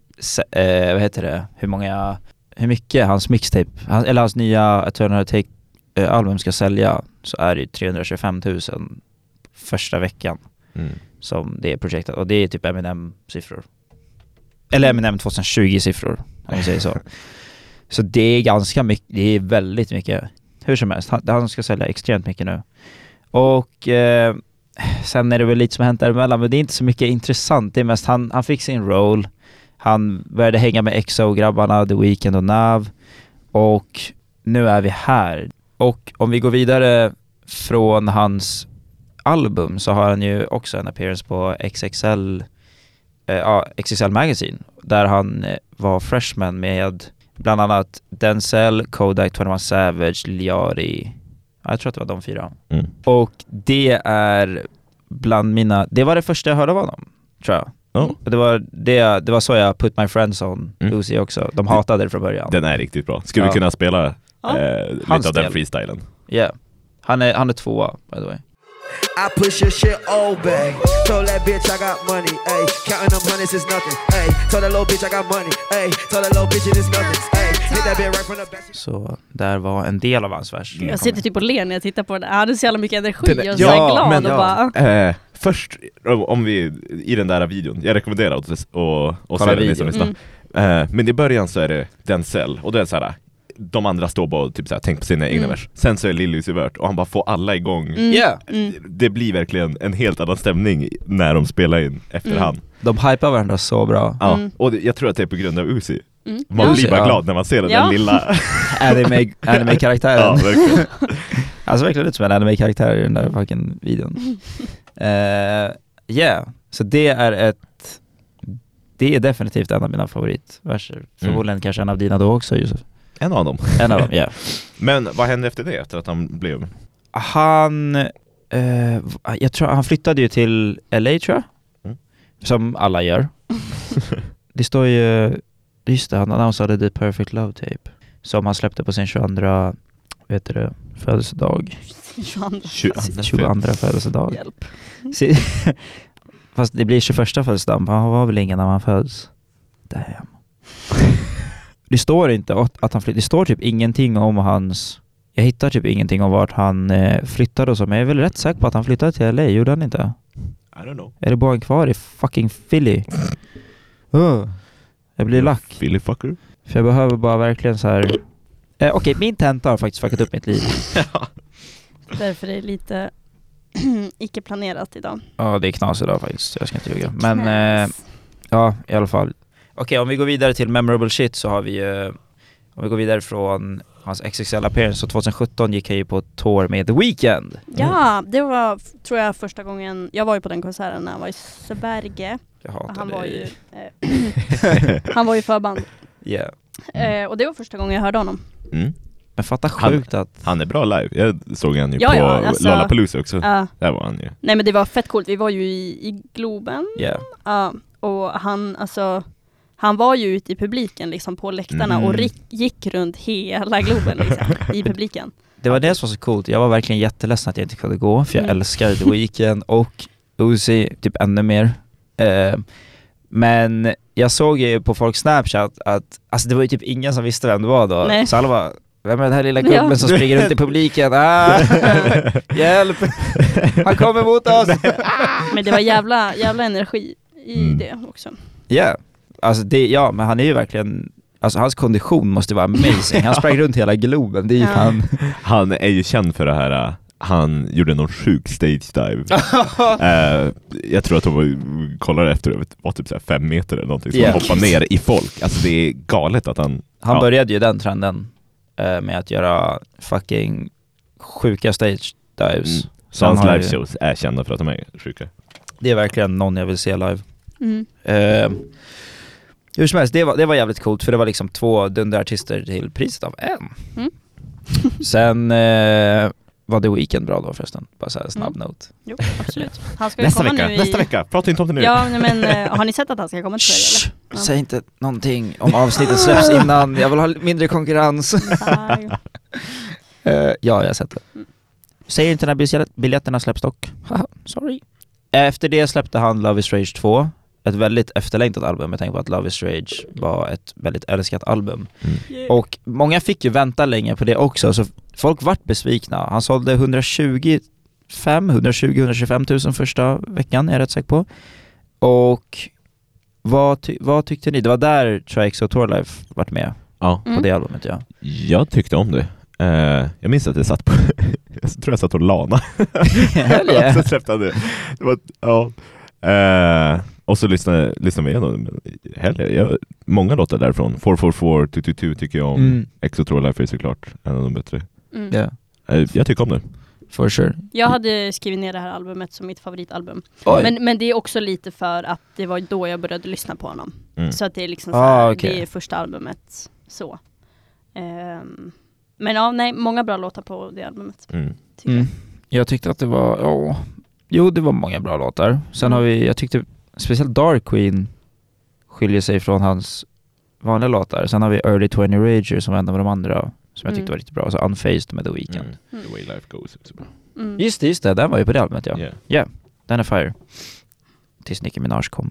hur mycket hans mixtape eller hans nya Eternal Take album ska sälja, så är det 325 000 första veckan som det är projektet, och det är typ Eminem-siffror. Eller Eminem 2020-siffror, om man säger så. Så det är ganska mycket, det är väldigt mycket. Hur som helst, han ska sälja extremt mycket nu. Och sen är det väl lite som har hänt däremellan, men det är inte så mycket intressant. Det är mest han fick sin roll. Han började hänga med EXO-grabbarna, The Weeknd och Nav. Och nu är vi här. Och om vi går vidare från hans album så har han ju också en appearance på XXL Magazine, där han var freshman med bland annat Denzel, Kodak, 21 Savage, Liari. Jag tror att det var de 4. Och det är det var det första jag hörde av honom, tror jag. Det var så jag Put My Friends On Lucy också. De hatade det från början. Den är riktigt bra. Skulle vi kunna spela lite av den freestylen? Ja. Yeah. Han är 2, by the way. I push your shit old back. Told that bitch I got money, ayy. Counting them hundreds is nothing, ayy. Told that little bitch I got money, ayy. Told that little bitch it is nothing, ayy. Hit that bitch right from the back. Så där var en del av hans vers. Jag sitter typ och ler när jag tittar på det. Jag hade så jävla mycket energi och så är glad men, och bara... Först, om vi i den där videon, jag rekommenderar att se den liksom lyssna. Men i början så är det Denzel, och det är så här. De andra står bara och typ såhär, tänk på sina egna vers. Sen så är Lil Uzi Vert och han bara får alla igång. Det blir verkligen en helt annan stämning när de spelar in efterhand. De hypar varandra så bra. Ja, och jag tror att det är på grund av Uzi. Man blir bara glad när man ser den där lilla anime-karaktären. Ja, verkligen. Alltså verkligen ut som en anime-karaktär i den där fucking videon. Så det är definitivt en av mina favoritverser. Förmodligen kanske en av dina då också, Josef. En av dem, ja. Men vad hände efter det, efter att han blev? Jag tror han flyttade ju till LA, tror jag. Som alla gör. Det står ju, just det, han annonserade The Perfect Love Tape som han släppte på sin 22 födelsedag. 22 födelsedag. Hjälp. Fast det blir 21 födelsedag. Han var väl ingen när man föds. Damn. Det står inte att han flyttade. Det står typ ingenting om hans... Jag hittar typ ingenting om vart han flyttade och så. Men jag är väl rätt säker på att han flyttade till LA. Gjorde han inte? I don't know. Är det bara kvar i fucking Philly? Jag blir lack. Philly fucker. För jag behöver bara verkligen så här... Okej, min tenta har faktiskt fuckat upp mitt liv. Därför är det lite icke-planerat idag. Ja, det är knas idag faktiskt. Jag ska inte ljuga. Men ja, i alla fall. Okej, om vi går vidare till memorable shit så har vi om vi går vidare från hans XXL appearance, så 2017 gick han ju på tour med The Weeknd. Ja, det var, tror jag, första gången jag var ju på den konserten när han var i Sverige. Han var ju han var ju förband. Och det var första gången jag hörde honom. Men fatta sjukt att... Han är bra live. Jag såg han ju på alltså, Lollapalooza också. Där var han ju. Nej, men det var fett coolt. Vi var ju i Globen. Och han var ju ute i publiken liksom på läktarna och gick runt hela Globen liksom, i publiken. det var det som var så coolt. Jag var verkligen jätteledsen att jag inte kunde gå, för jag älskar The Weeknd och Uzi typ ännu mer. Men jag såg ju på folks Snapchat att alltså det var ju typ ingen som visste vem det var då. Nej. Så alla var, vem är den här lilla gubben som springer runt i publiken? Hjälp! Han kommer mot oss! Men det var jävla energi i det också. Yeah. Alltså men han är ju verkligen, alltså hans kondition måste vara amazing. Han sprang runt hela Globen. Det är ju han är ju känd för det här. Han gjorde någon sjuk stage dive. Jag tror att de kollade efter det var typ så här 5 meter eller någonting. Så han hoppade ner i folk. Alltså det är galet att han började ju den trenden med att göra fucking sjuka stage dives. Så hans live shows är kända för att de är sjuka. Det är verkligen någon jag vill se live. Hur som helst, det var jävligt coolt, för det var liksom 2 dunderartister till priset av en. Sen var The Weeknd bra då förresten? Bara så här snabb note. Jo, absolut. Han ska nästa vecka, prata inte om det nu. Ja, men har ni sett att han ska komma till Sverige eller? Säg inte någonting om avsnittet släpps innan. Jag vill ha mindre konkurrens. Ja, jag har sett det. Säg inte när biljetterna släpps dock. Sorry. Efter det släppte han Love is Rage 2. Ett väldigt efterlängtat album. Jag tänker på att Love is Rage var ett väldigt älskat album. Och många fick ju vänta länge på det också, så folk vart besvikna. Han sålde 125 000 första veckan, är jag rätt säker på. Och vad tyckte ni? Det var där Trixo Tour Life vart med på det albumet, ja. Jag tyckte om det. Jag minns att jag satt på jag tror jag satt på Lana. Så släppte han det. Det var, och så lyssnade vi igenom många låtar därifrån. 444, 222 tycker jag om. Exo Tour Life är såklart en av de bättre. Jag tycker om det. For sure. Jag hade skrivit ner det här albumet som mitt favoritalbum. Men det är också lite för att det var då jag började lyssna på honom. Så att det är liksom det är första albumet så. Men många bra låtar på det albumet. Jag tyckte att det var det var många bra låtar. Sen har jag tyckte speciellt Dark Queen skiljer sig från hans vanliga låtar. Sen har vi Early 20 Rager som var en av de andra som jag tyckte var riktigt bra. Så Unfazed med The Weeknd. The Way Life Goes också bra. Just det, den var ju på det albumet, ja. Yeah, den är fire. Tills Nicki Minaj kom.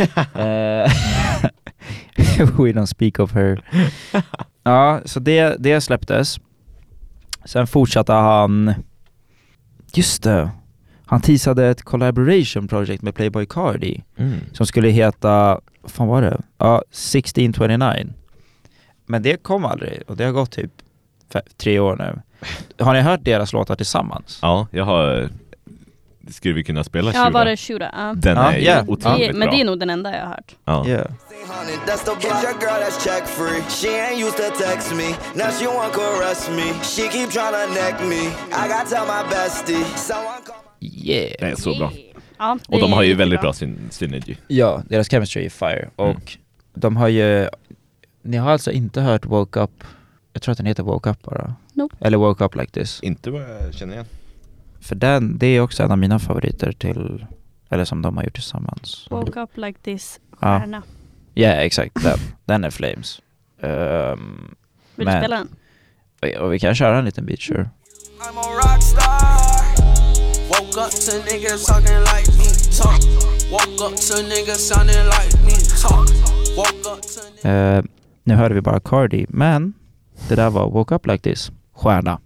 We don't speak of her. Ja, så det släpptes. Sen fortsatte han. Just det. Han teasade ett collaboration project med Playboi Carti som skulle heta, vad fan var det? 1629. Men det kom aldrig, och det har gått typ 3 år nu. Har ni hört deras låtar tillsammans? Ja, jag har. Skulle vi kunna spela Shura? Ja, var det Shura? Den är ju otroligt bra. Men det är nog den enda jag har hört. Ja. That's the bitch, your girl that's check free. She ain't used to text me. Now she want caress me. She keep tryna neck me. I got tell my bestie. Someone call. Det är så bra. Ja, och de har ju väldigt bra synergy. Ja, deras chemistry är fire. Och de har ju. Ni har alltså inte hört Woke Up. Jag tror att den heter Woke Up bara. Nope. Eller Woke Up Like This. Inte vad jag känner igen. För det är också en av mina favoriter till, eller som de har gjort tillsammans. Woke Up Like This, stjärna. Ja, exakt. Den är flames. Vill du spela den? Och vi kan köra en liten beat, sure. I'm a rockstar. Woke up to niggas talking like me, talk. Woke up to niggas sounding like me, talk. Woke up to nu hörde vi bara Cardi, men det där var Woke Up Like This. Stjärna.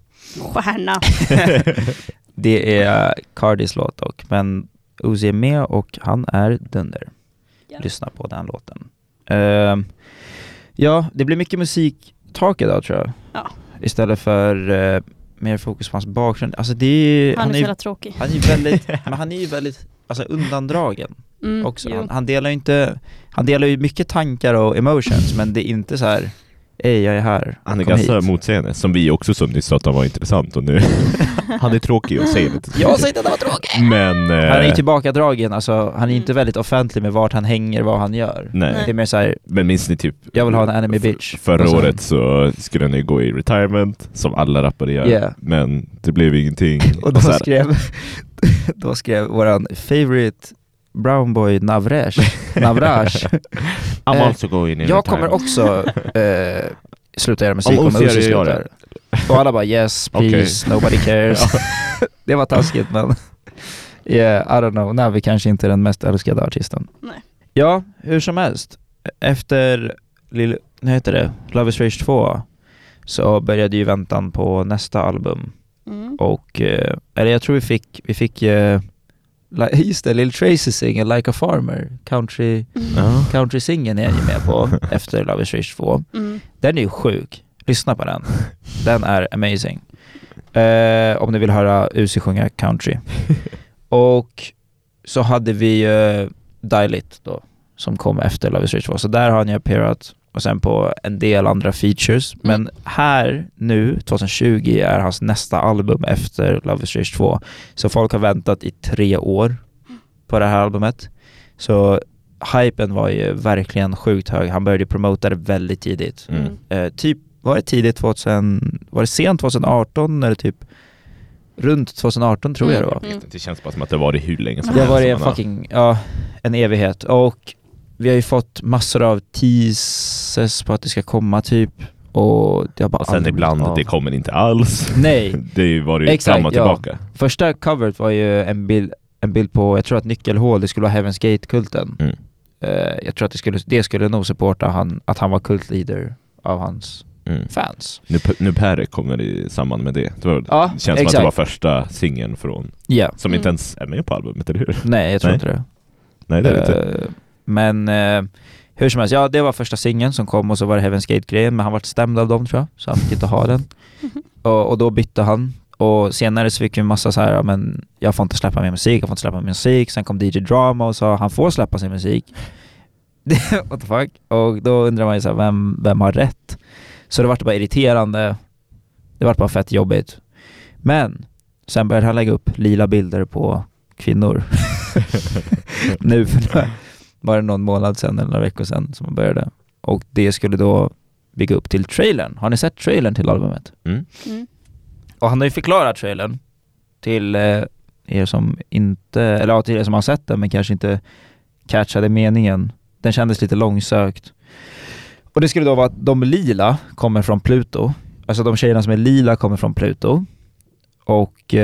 Det är Cardis låt dock, men Uzi är med och han är dunder. Lyssna på den låten. Ja, det blir mycket musiktalk idag, tror jag. Ja. Istället för mer fokus på hans bakgrund. Alltså han är så tråkig. Han är ju väldigt alltså, undandragen också. Han delar ju mycket tankar och emotions, men det är inte så här. Jag är här. Han är ganska motsägande, som vi också som nyss sa att han var intressant, och nu han är tråkig och säger lite. Jag säger att han var tråkig. Men han är ju tillbakadragen, alltså han är inte väldigt offentlig med vart han hänger, vad han gör. Nej. Det är mer så här, men minns ni typ jag vill ha en anime bitch. Förra året så skulle han ju gå i retirement som alla rappare gör, men det blev ingenting. Och då skrev våran favorite brown boy Navraj. I'm also going in jag kommer också sluta göra musik om Uzi slutar. Och alla bara yes, please, nobody cares. Det var taskigt, men yeah, I don't know. Nej, vi kanske inte är den mest älskade artisten. Nej. Ja, hur som helst. Efter Love is Rage 2 så började ju väntan på nästa album. Och eller jag tror vi fick just det, Lil Tracy singen Like a Farmer, country singen är ju med på efter Love is Rage 2. Den är ju sjuk. Lyssna på den. Den är amazing. Om ni vill höra Uzi sjunga country. Och så hade vi Dial It då, som kom efter Love is Rage 2. Så där har ni appearat. Och sen på en del andra features. Men här nu, 2020, är hans nästa album efter Love is Rage 2. Så folk har väntat i 3 år på det här albumet. Så hypen var ju verkligen sjukt hög. Han började promota det väldigt tidigt. Typ, var det tidigt var det sent 2018 eller typ runt 2018 tror jag det var. Det känns bara som att det var hur länge som det var en fucking, en evighet. Och vi har ju fått massor av teases på att det ska komma typ. Och det har bara sen ibland det kommer inte alls. Nej. Det var ju fram och tillbaka. Första coveret var ju en bild på, jag tror att nyckelhål, det skulle vara Heaven's Gate-kulten. Jag tror att det skulle nog supporta att han var kultleader av hans fans. Nu Perre kommer i samband med det. Det känns som att det var första singeln från som inte ens är med på albumet, eller hur? Nej, jag tror inte det. Nej, det är inte. Men hur som helst, det var första singeln som kom och så var det Heaven's Gate-grejen, men han var stämd av dem tror jag, så han fick inte ha den. Och då bytte han. Och senare så fick vi en massa så här, men jag får inte släppa min musik, Sen kom DJ Drama och sa han får släppa sin musik. What the fuck? Och då undrar man ju så här, vem har rätt? Så det var bara irriterande. Det var bara fett jobbigt. Men sen började han lägga upp lila bilder på kvinnor. Nu var det någon månad sedan eller några veckor sedan som man började. Och det skulle då bygga upp till trailern. Har ni sett trailern till albumet? Och han har ju förklarat trailern till er som inte, eller till er som har sett den men kanske inte catchade meningen. Den kändes lite långsökt. Och det skulle då vara att de lila kommer från Pluto. Alltså de tjejerna som är lila kommer från Pluto. Och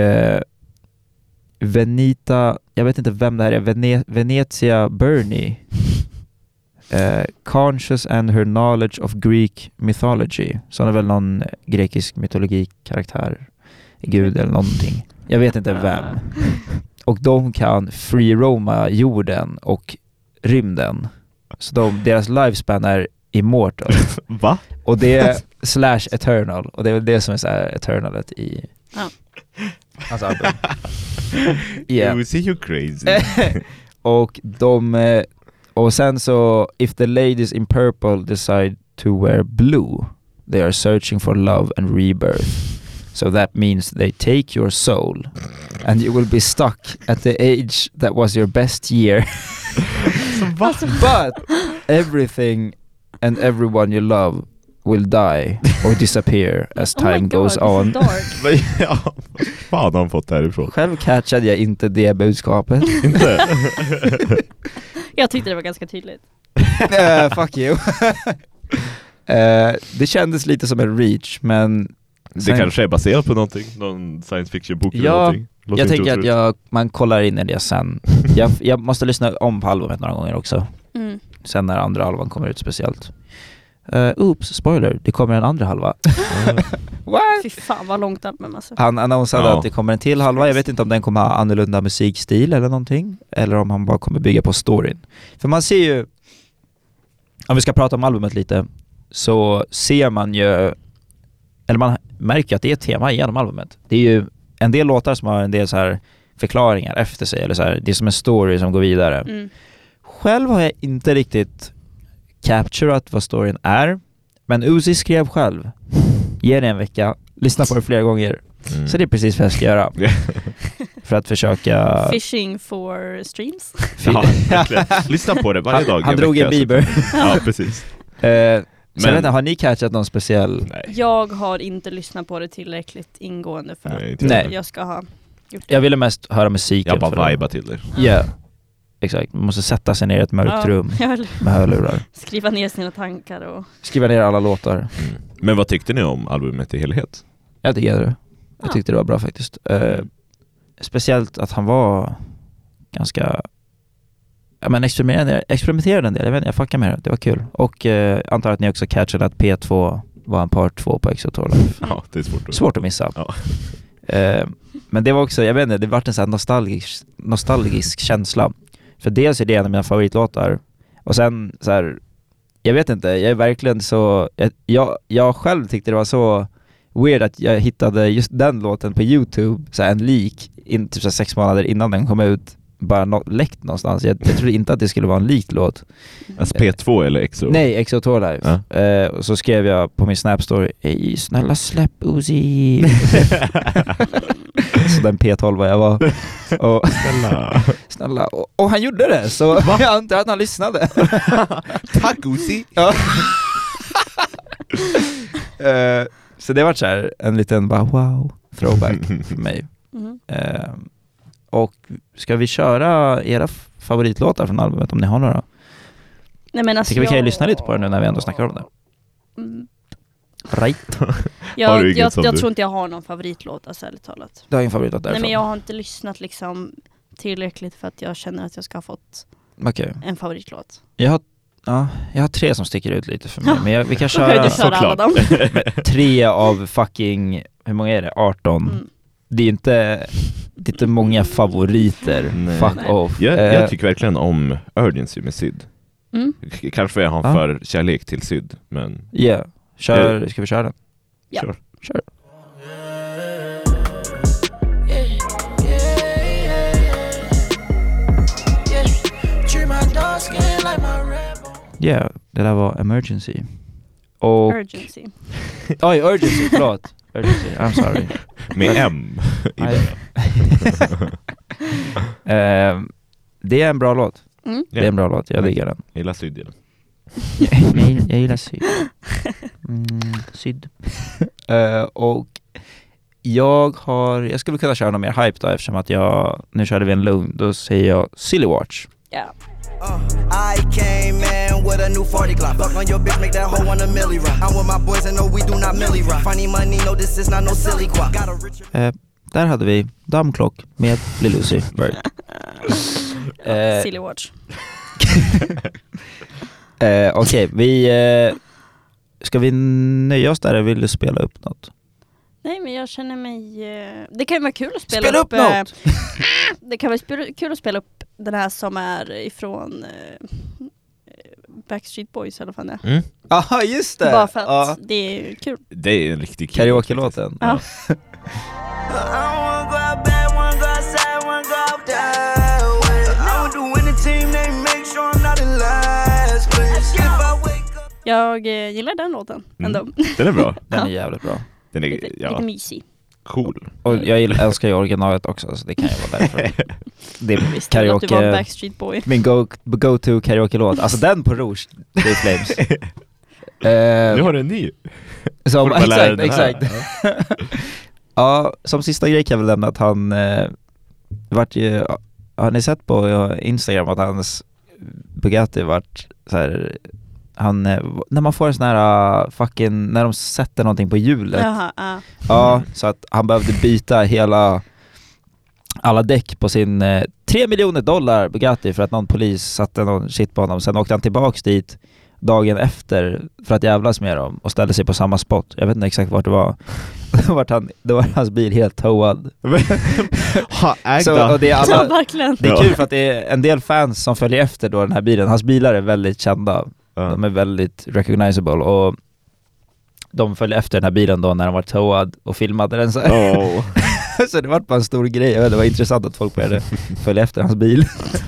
Venita, jag vet inte vem det här är, Venezia Burney. Conscious and her knowledge of Greek mythology. Så är väl någon grekisk mytologi-karaktär, gud eller någonting. Jag vet inte vem. Och de kan free-roama jorden och rymden. Så deras lifespan är immortal. Va? Och det är / eternal. Och det är väl det som är så här eternalet i hans album. You see you crazy. Och sen så if the ladies in purple decide to wear blue, they are searching for love and rebirth. So that means they take your soul and you will be stuck at the age that was your best year. But everything and everyone you love will die or disappear as time goes on. Fan har han fått därifrån? Själv catchade jag inte det budskapet. Inte? Jag tyckte det var ganska tydligt. Fuck you. Det kändes lite som en reach, men det kanske är baserat på någonting, någon science fiction bok eller någonting. Jag tänker att man kollar in i det sen. Jag måste lyssna om på albumet några gånger också. Sen när andra halvan kommer ut speciellt. Oops, spoiler, det kommer en andra halva. What? Fy fan vad långt album alltså. Han annonserade att det kommer en till halva. Jag vet inte om den kommer ha annorlunda musikstil eller någonting, eller om han bara kommer bygga på storyn. För man ser ju, om vi ska prata om albumet lite, så ser man ju, eller man märker att det är ett tema genom albumet. Det är ju en del låtar som har en del så här förklaringar efter sig, eller så här, det är som en story som går vidare. Själv har jag inte riktigt capturat vad storyn är, men Uzi skrev själv: ge det en vecka, lyssna på det flera gånger. Så det är precis vad jag ska göra. För att försöka fishing for streams. Lyssna på det varje dag. Han drog en Bieber. Ja, precis. Men har ni catchat någon speciell? Nej. Jag har inte lyssnat på det tillräckligt ingående för att jag ska ha gjort det. Jag ville mest höra musiken. Jag bara viba till det. Ja, exakt. Man måste sätta sig ner i ett mörkt rum med hörlurar. Skriva ner sina tankar och skriva ner alla låtar. Men vad tyckte ni om albumet i helhet? Jag tycker det. Jag tyckte det var bra faktiskt. Speciellt att han var ganska experimenterade en del. Jag vet inte, jag fuckade med det. Det var kul. Och antar att ni också catchade att P2 var en part 2 på Exo Tour Life. Ja, det är svårt att missa. Ja. Men det var också, jag vet inte, det var en sån här nostalgisk känsla. För dels är det en av mina favoritlåtar. Och sen så här, jag vet inte, jag är verkligen så... Jag själv tyckte det var så weird att jag hittade just den låten på YouTube, så här, en leak typ så 6 månader innan den kom ut, bara läckt någonstans. Jag trodde inte att det skulle vara en leak låt. Alltså P2 eller EXO? Nej, EXO Tour Life. Ja. Och så skrev jag på min Snap-story, ej, snälla släpp Uzi. Så den P12 jag var. Och snälla. Och han gjorde det, så jag antar att han lyssnade. Tack Uzi! Ja. Så det var så här en liten bara wow throwback för mig. Och ska vi köra era favoritlåtar från albumet om ni har några? Nej, men alltså tycker vi kan ju lyssna lite på det nu när vi ändå snackar om det. Right. Jag tror inte jag har någon favoritlåt, alltså, ärligt talat. Du har ingen favoritlåt därifrån? Nej, men jag har inte lyssnat liksom tillräckligt för att jag känner att jag ska ha fått en favoritlåt. Jag har 3 som sticker ut lite för mig. Men vi kan köra alla dem. 3 av fucking, hur många är det? 18. Det är inte många favoriter. Nej. Fuck off. Jag tycker verkligen om Urgency med Syd. Kanske jag har för kärlek till Syd, men... Ja, ska vi köra den? Ja. Kör. Ja, det där var Emergency. Och... Urgency. Oj, Urgency, förlåt. Urgency, I'm sorry. Med M i det är en bra låt. Det är en bra låt, jag diggar den. Jag gillar Syd. Jag gillar Syd. Syd. Och jag skulle kunna köra någon mer hype då, eftersom att nu körde vi en lugn. Då säger jag Silly Watch. Ja. I came in with a new 40 Glock. Fuck on your bitch, make that hoe want a milli rock. I'm with my boys and no, we do not milli rock. Funny money, no, this is not no silly guap. Där hade vi Dammklock med Lil Uzi Vert. Silly Watch. Okej, ska vi nöja oss där eller vill du spela upp något? Nej, men jag känner mig... det kan ju vara kul att spela upp något! Det kan vara kul att spela upp den här som är ifrån Backstreet Boys, eller vad fan det är. Aha, just det! Bara för att det är kul. Det är en riktigt kul karaoke-låten. Ja. Jag gillar den låten ändå. Den är bra. Den är jävligt bra. Den är lite mysig. Cool. Och jag älskar ju originalet också, så det kan ju vara därför. Det är visst, karaoke. Du var en Backstreet Boy. Min go-to karaoke-låt. Alltså den på Rouge, det är Flames. Nu har du en ny. Exakt. Ja, som sista grej kan jag väl lämna att han vart ju... Har ni sett på Instagram att hans Bugatti vart så här... när man får en sån här fucking, när de sätter någonting på hjulet. Jaha, ja, så att han behövde byta alla däck på sin $3 miljoner Bugatti för att någon polis satte någon shit på honom. Sen åkte han tillbaks dit dagen efter för att jävlas med dem och ställde sig på samma spot. Jag vet inte exakt vart det var. Då var hans bil helt towad. Så, och det är verkligen. Det är kul för att det är en del fans som följer efter då den här bilen. Hans bilar är väldigt kända. De är väldigt recognizable och de följde efter den här bilen då när den var towad och filmade den så här. Så det var bara en stor grej. Det var intressant att folk började följa efter hans bil.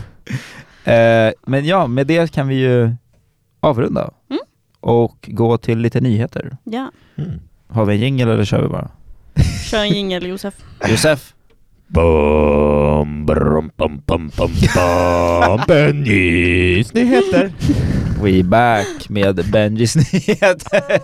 Men ja, med det kan vi ju avrunda och gå till lite nyheter. Ja. Har vi en jingle eller kör vi bara? Kör en jingle, Josef. Josef. Benjis nyheter. We back med Benjis nyheter.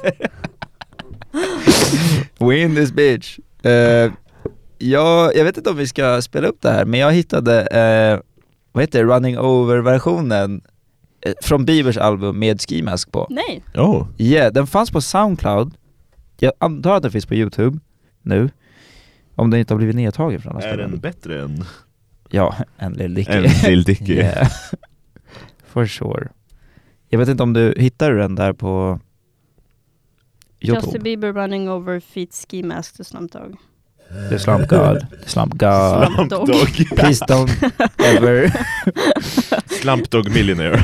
We in this bitch. Jag vet inte om vi ska spela upp det här, men jag hittade vad heter det? Running Over-versionen från Biebers album med Ski Mask på. Nej. Yeah, den fanns på SoundCloud. Jag antar att den finns på YouTube. nu. Om den inte har blivit nedtagen från Är den bättre än? Ja, en Lil Dicky. En Lil Dicky. Yeah. For sure. Jag vet inte om du hittar den där på YouTube. Justin Bieber running over feet ski mask to Slump Dog. The Slump God. Slump God. Slump Dog. Please don't ever. Slump Dog Millionaire.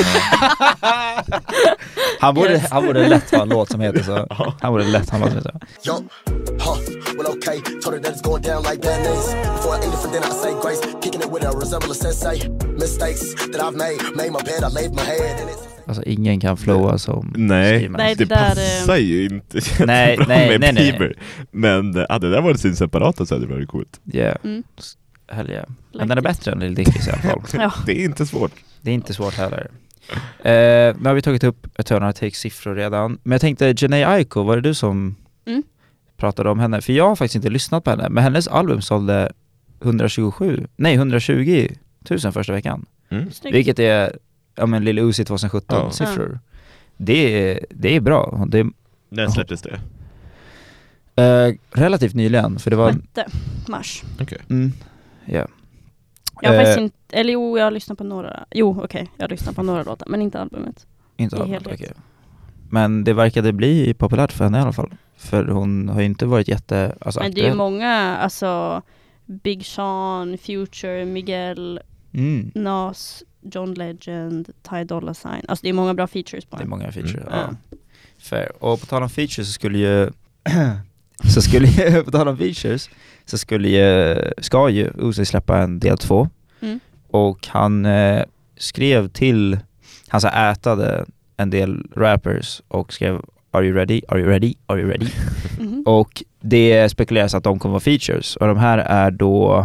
Han borde lätt ha en låt som heter så. Han borde lätt ha en låt som heter så. Well, okay, told her that it's going down like mayonnaise. Before I ate it for dinner, I say grace. Kicking it with a resemblance sensei. Mistakes that I've made my bed, I laid my head in it. Alltså ingen kan flowa som Nej, det passar ju inte bra med Bieber. Men hade det varit sin separata så hade det varit coolt. Yeah. Hell yeah. Men den är bättre än Lil Dicky i alla fall. Ja. Det är inte svårt. Det är inte svårt heller. Nu har vi tagit upp Eternal Take siffror redan. Men jag tänkte, Jhené Aiko, var det du som pratade om henne? För jag har faktiskt inte lyssnat på henne. Men hennes album sålde 120 000 första veckan. Vilket är Lil Uzi 2017 siffror. Det är bra. När släpptes det? Relativt nyligen. För det var 6 mars. Okej. Yeah. Jag har faktiskt inte, eller jag har lyssnat på några. Jag har lyssnat på några låtar, men inte albumet. Inte albumet, okej. Men det verkade bli populärt för henne i alla fall. För hon har ju inte varit jätte... Alltså, men det är ju många, alltså Big Sean, Future, Miguel, Nas, John Legend, Ty Dolla $ign. Alltså det är många bra features på det. Det är många features, ja. Fair. Och på tal om features så skulle ju... på tal om features så ska ju Uzi släppa en del 2. Och han skrev till... Han så ätade en del rappers och skrev Are you ready? Are you ready? Are you ready? Och det spekuleras att de kommer vara features. Och de här är då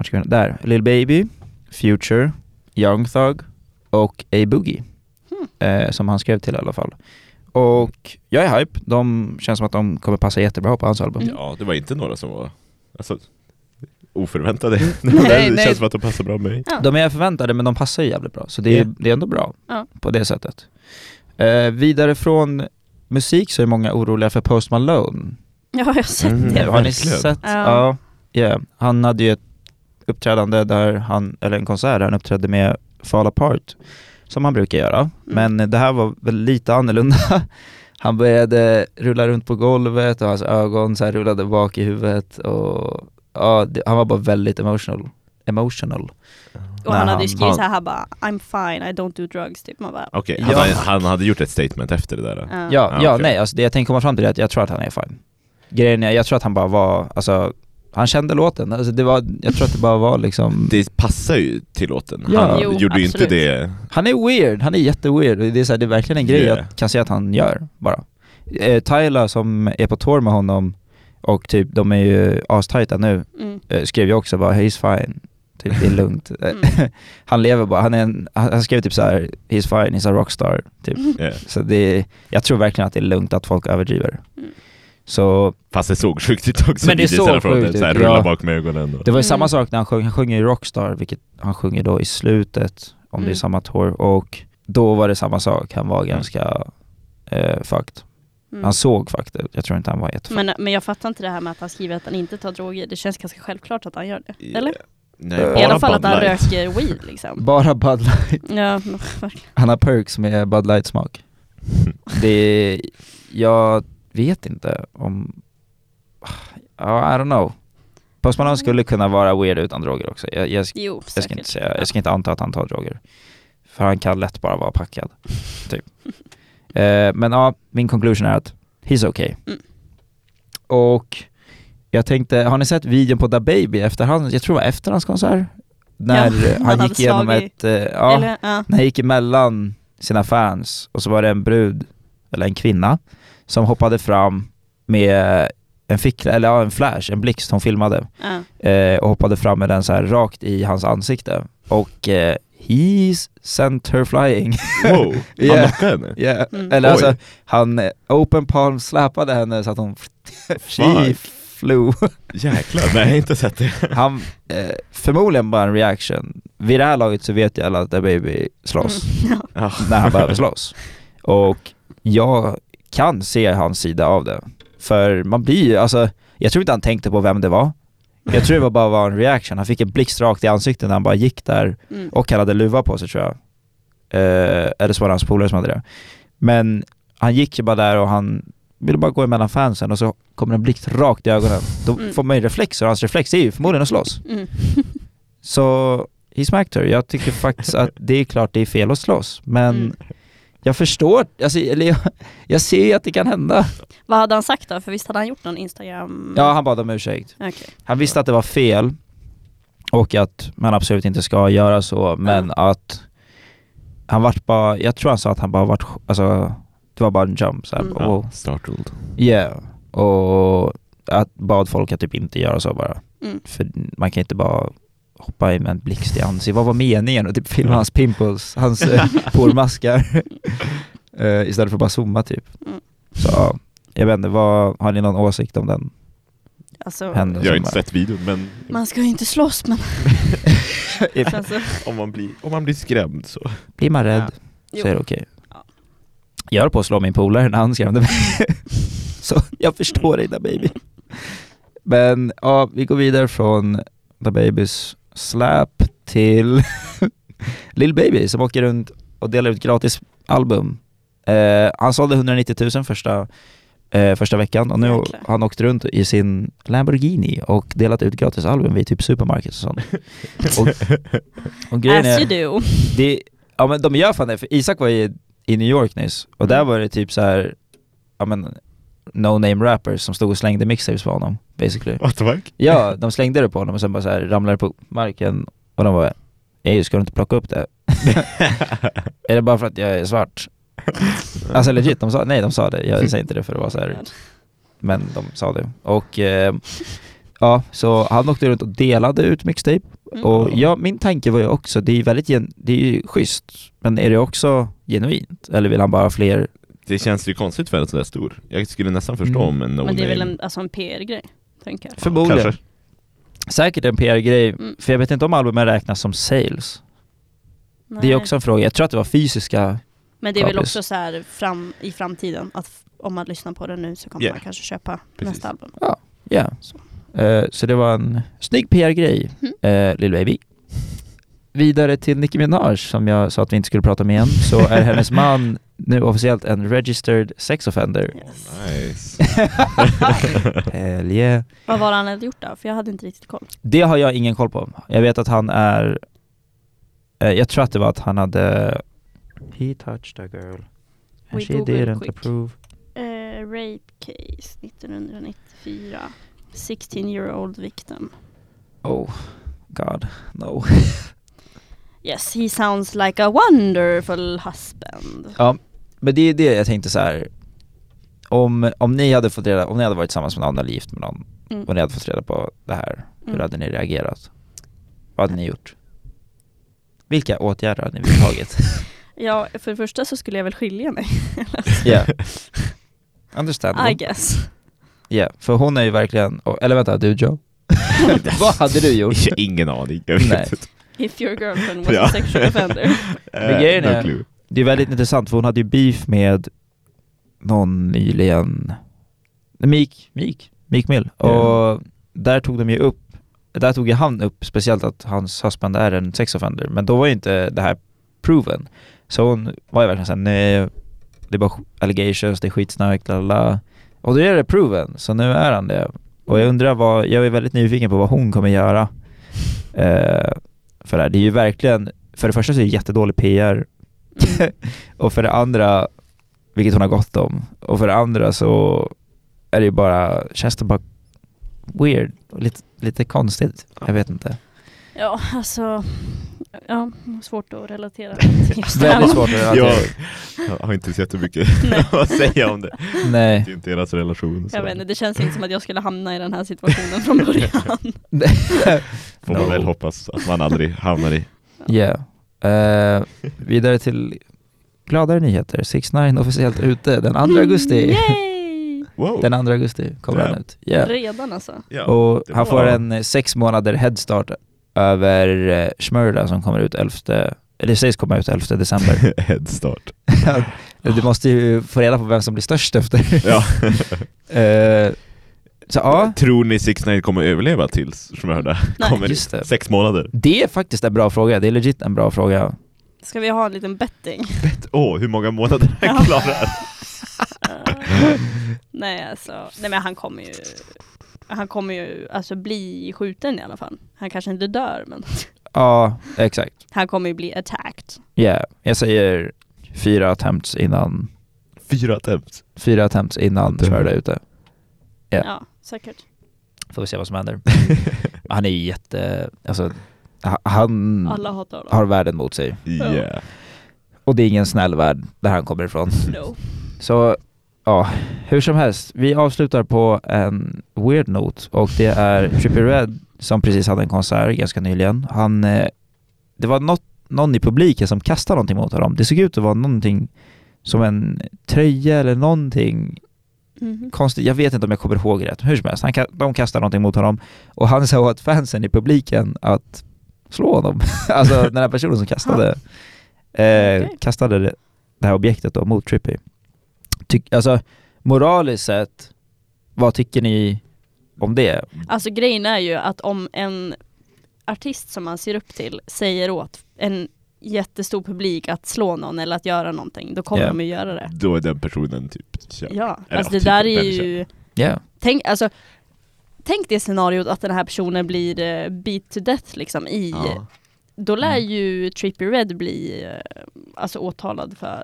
Lil Baby, Future, Young Thug och A-Boogie. Som han skrev till i alla fall. Och jag är hype. De känns som att de kommer passa jättebra på hans album. Ja, det var inte några som var oförväntade. Det känns som att de passar bra med mig. Ja. De är förväntade, men de passar jävligt bra. Så det är ändå bra på det sättet. Vidare från musik så är många oroliga för Post Malone. Ja, jag har sett det. Har ni sett? Ja. Yeah. Han hade ju ett uppträdande där en konsert där han uppträdde med Fall Apart som han brukar göra. Men det här var väl lite annorlunda. Han började rulla runt på golvet och hans ögon så här rullade bak i huvudet och han var bara väldigt emotional. Och han hade ju skrivit så här bara I'm fine, I don't do drugs typ. Okej, han hade gjort ett statement efter det där. Nej, alltså det jag tänkte komma fram till är att jag tror att han är fine. Grejen är, jag tror att han bara var, alltså han kände låten, alltså jag tror att det bara var liksom... Det passar ju till låten. Ja. Han gjorde ju inte det. Han är weird, han är jätteweird. Det är, så här, det är verkligen en grej jag kan säga att han gör bara. Tyler som är på tour med honom och typ de är ju astajta nu, skrev jag också bara he's fine. Typ, det är lugnt. Han lever bara, han skrev typ så här he's fine, he's a rockstar typ. Så jag tror verkligen att det är lugnt att folk överdriver. Så, fast det såg sjukt ut också. Men det såg sjukt ut. Rulla bak med ögonen. Det var ju samma sak när han sjunger i Rockstar, vilket han sjunger då i slutet, om det är samma tour. Och då var det samma sak. Han var ganska fucked. Han såg fucked. Jag tror inte han var jättefucked. Men jag fattar inte det här med att han skriver att han inte tar droger. Det känns ganska självklart att han gör det. Eller? Nej, i alla fall att han röker weed liksom. Bara Bud Light. Ja, han har perks med Bud Light smak. Jag vet inte om... I don't know. Post Malone skulle kunna vara weird utan droger också. Jag ska inte anta att han tar droger. För han kan lätt bara vara packad. Typ. Men ja, min conclusion är att he's okay. Och jag tänkte, har ni sett videon på Da Baby jag tror det var efter hans konsert? När han gick igenom när han gick emellan sina fans och så var det en brud eller en kvinna som hoppade fram med en flash, en blixt hon filmade och hoppade fram med den så här rakt i hans ansikte och he's sent her flying. Wow, han knockade henne? Yeah. Eller alltså, han open palm släpade henne så att hon flew. Jäklar, nej jag har inte sett det. Han, förmodligen bara en reaction. Vid det här laget så vet jag alla att Da Baby slåss när han behöver slåss. Och jag kan se hans sida av det. För man blir ju, alltså Jag tror inte han tänkte på vem det var. Jag tror det bara var en reaction. Han fick en blixt rakt i ansiktet när han bara gick där. Och han hade luva på sig, tror jag. Eller så var det hans polare som hade det. Men han gick ju bara där och han ville bara gå emellan fansen och så kommer en blixt rakt i ögonen. Då får man ju reflexer, och hans reflex är ju förmodligen att slåss. Så he smacked her. Jag tycker faktiskt att det är klart det är fel att slåss. Men jag förstår, alltså, eller jag ser ju att det kan hända. Vad hade han sagt då? För visst hade han gjort någon Instagram? Ja, han bad om ursäkt. Okay. Han visste att det var fel och att man absolut inte ska göra så, men att han vart bara, jag tror han sa att han bara vart, alltså det var bara en jump så här, och startled. Yeah, och att bad folk att typ inte göra så bara. För man kan inte bara hoppa in med en blixt i ansiktet. Vad var meningen? Och typ filma hans pimples, hans pormaskar istället för bara zooma typ. Så jag vet inte, har ni någon åsikt om den? Alltså, jag har inte sett videon, men man ska ju inte slåss, men om man blir skrämd så blir man rädd, så är det okej. Jag höll på att slå min polare när han skrämde mig. Så jag förstår dig där, baby. Men ja, vi går vidare från The Babys slap till Lil Baby som åker runt och delar ut gratis album. Han sålde 190 000 första veckan och nu har han åkt runt i sin Lamborghini och delat ut gratis album vid typ supermarkets och sånt. och grejen as you do. Ja, men de gör fan det, för Isak var i New York nyss och där var det typ så här, ja men no-name rappers som stod och slängde mixtapes på honom, basically. What the fuck? Ja, de slängde det på honom och sen bara så här ramlade på marken och de var ska du inte plocka upp det? Är det bara för att jag är svart? Alltså legit, de sa det. Jag säger inte det för att vara så här. Men de sa det. Och ja, så han åkte runt och delade ut mixtape. Och ja, min tanke var ju också, det är ju schysst, men är det också genuint? Eller vill han bara fler? Det känns ju konstigt för att det är stor. Jag skulle nästan förstå om en men det är väl en PR-grej, tänker jag. Förmodligen. Kanske. Säkert en PR-grej. För jag vet inte om albumen räknas som sales. Nej. Det är också en fråga. Jag tror att det var fysiska. Men det är väl också så här i framtiden att om man lyssnar på det nu så kommer man kanske köpa nästa album. Ja, yeah. Så det var en snygg PR-grej, Lil Baby. Vidare till Nicki Minaj, som jag sa att vi inte skulle prata med igen, så är hennes man nu officiellt en registered sex offender. Yes. Nice. Hell yeah. Vad var han hade gjort då? För jag hade inte riktigt koll. Det har jag ingen koll på. Jag vet att han är... jag tror att det var att han hade... He touched a girl and she didn't approve. Rape case 1994. 16-year-old victim. Oh, God, no. Yes, he sounds like a wonderful husband. Ja, men det är det jag tänkte så här. Om ni hade fått reda, om ni hade varit tillsammans med någon eller gift med någon och ni hade fått reda på det här, hur hade ni reagerat? Vad hade ni gjort? Vilka åtgärder hade ni vidtagit? Ja, för det första så skulle jag väl skilja mig. Yeah. Understandable. I guess. Yeah, för hon är ju verkligen... Eller vänta, du Joe? Vad hade du gjort? Ingen aning. Jag vet inte. If your girlfriend was a sexual offender. Det är väldigt intressant för hon hade ju beef med någon nyligen... Meek Mill. Och där tog de ju upp... Där tog ju han upp speciellt att hans husband är en sex offender. Men då var ju inte det här proven. Så hon var ju verkligen såhär, nej, det är bara allegations, det är skitsnack, lalala. Och då är det proven, så nu är han det. Och jag undrar jag är väldigt nyfiken på vad hon kommer göra. För det är ju verkligen, för det första så är det jättedålig PR. Och för det andra, vilket hon har gått om. Och för det andra så är det ju bara, känns det bara weird. Lite konstigt, jag vet inte. Ja, alltså... Ja, svårt att relatera. Väldigt svårt att relatera. Jag har inte sett hur mycket att säga om det. Nej. Det är inte deras relation. Jag vet inte, det känns inte som att jag skulle hamna i den här situationen från början. Får man väl hoppas att man aldrig hamnar i. Yeah. Vidare till gladare nyheter. 6ix9ine officiellt ute den 2 augusti. Wow. Den 2 augusti kommer han ut. Yeah. Redan alltså. Ja, och han får en 6 månader headstart över Shmurda som kommer ut 11, eller sägs komma ut 11 december. Headstart. Du måste ju få reda på vem som blir störst efter. Ja. Så, ja. Tror ni 6ix9ine kommer överleva tills Smörda kommer just det. 6 månader? Det är faktiskt en bra fråga. Det är legit en bra fråga. Ska vi ha en liten betting? Hur många månader han klarar? Nej, men han kommer ju alltså bli skjuten i alla fall. Han kanske inte dör, men ja, exakt. Han kommer ju bli attacked. Ja, yeah. Jag säger 4 attempts innan 4 attempts innan Smörda är ute. Yeah. Ja, säkert. Får vi se vad som händer. Han är ju alltså, han har världen mot sig. Yeah. Och det är ingen snäll värld där han kommer ifrån. No. Så ja, hur som helst, vi avslutar på en weird note, och det är Trippie Redd som precis hade en konsert ganska nyligen. Det var någon i publiken som kastade någonting mot honom. Det såg ut att vara någonting som en tröja eller någonting konstigt. Jag vet inte om jag kommer ihåg rätt. Hur som helst, de kastade någonting mot honom, och han sa åt fansen i publiken att slå honom. Alltså den här personen som kastade det här objektet då mot Trippie. Alltså moraliskt sett, vad tycker ni om det? Alltså grejen är ju att om en artist som man ser upp till säger åt en jättestor publik att slå någon eller att göra någonting, då kommer de ju göra det. Då är den personen typ känd. Ja, alltså det där är ju tänk det scenariot att den här personen blir beat to death liksom då lär ju Trippie Redd bli alltså åtalad för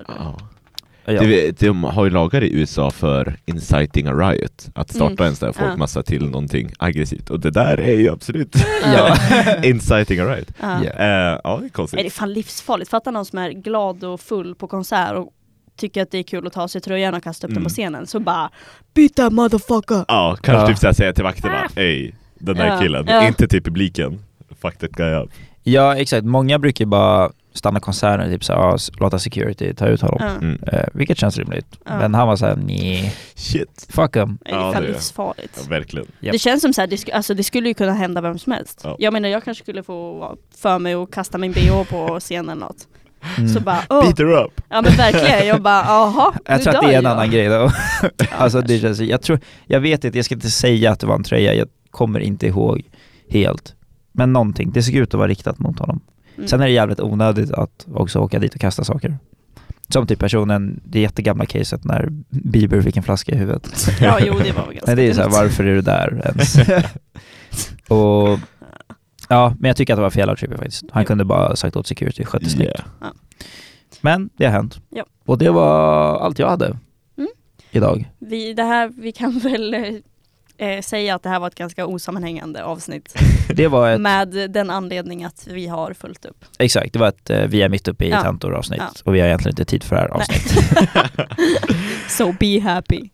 De har ju lagar i USA för inciting a riot, att starta en sån där folkmassa till någonting aggressivt, och det där är ju absolut inciting a riot. Det är konstigt. Är det fan livsfarligt? Fatta någon som är glad och full på konsert och tycker att det är kul att ta sig tröjan och kasta upp den på scenen, så bara byta motherfucker. Ja, kanske typ säga till vakterna, den där killen, inte till publiken. Fuck that guy up. Ja, exakt. Många brukar bara stanna konserten typ låta security ta ut honom. Vilket känns rimligt. Men han var såhär, nej. Shit. Fuck him. Det är livsfarligt. Ja, verkligen. Yep. Det känns som såhär, det skulle ju kunna hända vem som helst. Jag menar, jag kanske skulle få för mig att kasta min BH på scenen eller något. Så bara, beat her up. Ja, men verkligen. Jag bara, jag tror att det är en annan grej då. Alltså det känns, jag vet inte, jag ska inte säga att det var en tröja. Jag kommer inte ihåg helt. Men någonting, det såg ut att vara riktat mot honom. Sen är det jävligt onödigt att också åka dit och kasta saker. Som typ personen, det jättegamla caset när Bieber fick en flaska i huvudet. Ja, jo, det var ganska. Men det är så här, varför är du där ens? Och men jag tycker att det var fel av Trippie faktiskt. Han kunde bara sagt åt security, skötte snyggt. Men det har hänt. Ja. Och det var allt jag hade idag. Vi kan väl säga att det här var ett ganska osammanhängande avsnitt. Det var med den anledning att vi har följt upp. Exakt, det var vi är mitt uppe i tentor-avsnitt och vi har egentligen inte tid för det här avsnittet. So be happy.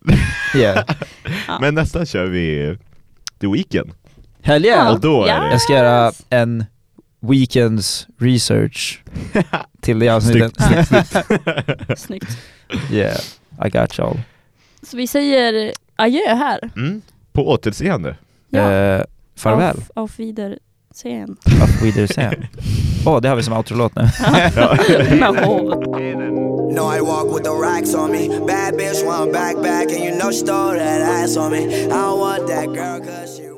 Men nästan kör vi The Weeknd. Hell yeah! Och då är det... Jag ska göra en Weekends research till det avsnittet. Snyggt. Yeah, I got y'all. Så vi säger adjö här. På återseende. Farväl. Auf Wiedersehen. Auf Wiedersehen. Det har vi som outro-låt nu. No, I walk with the racks on me. Bad bitch want back, and you know she stole that ass on me. I don't want that girl 'cause she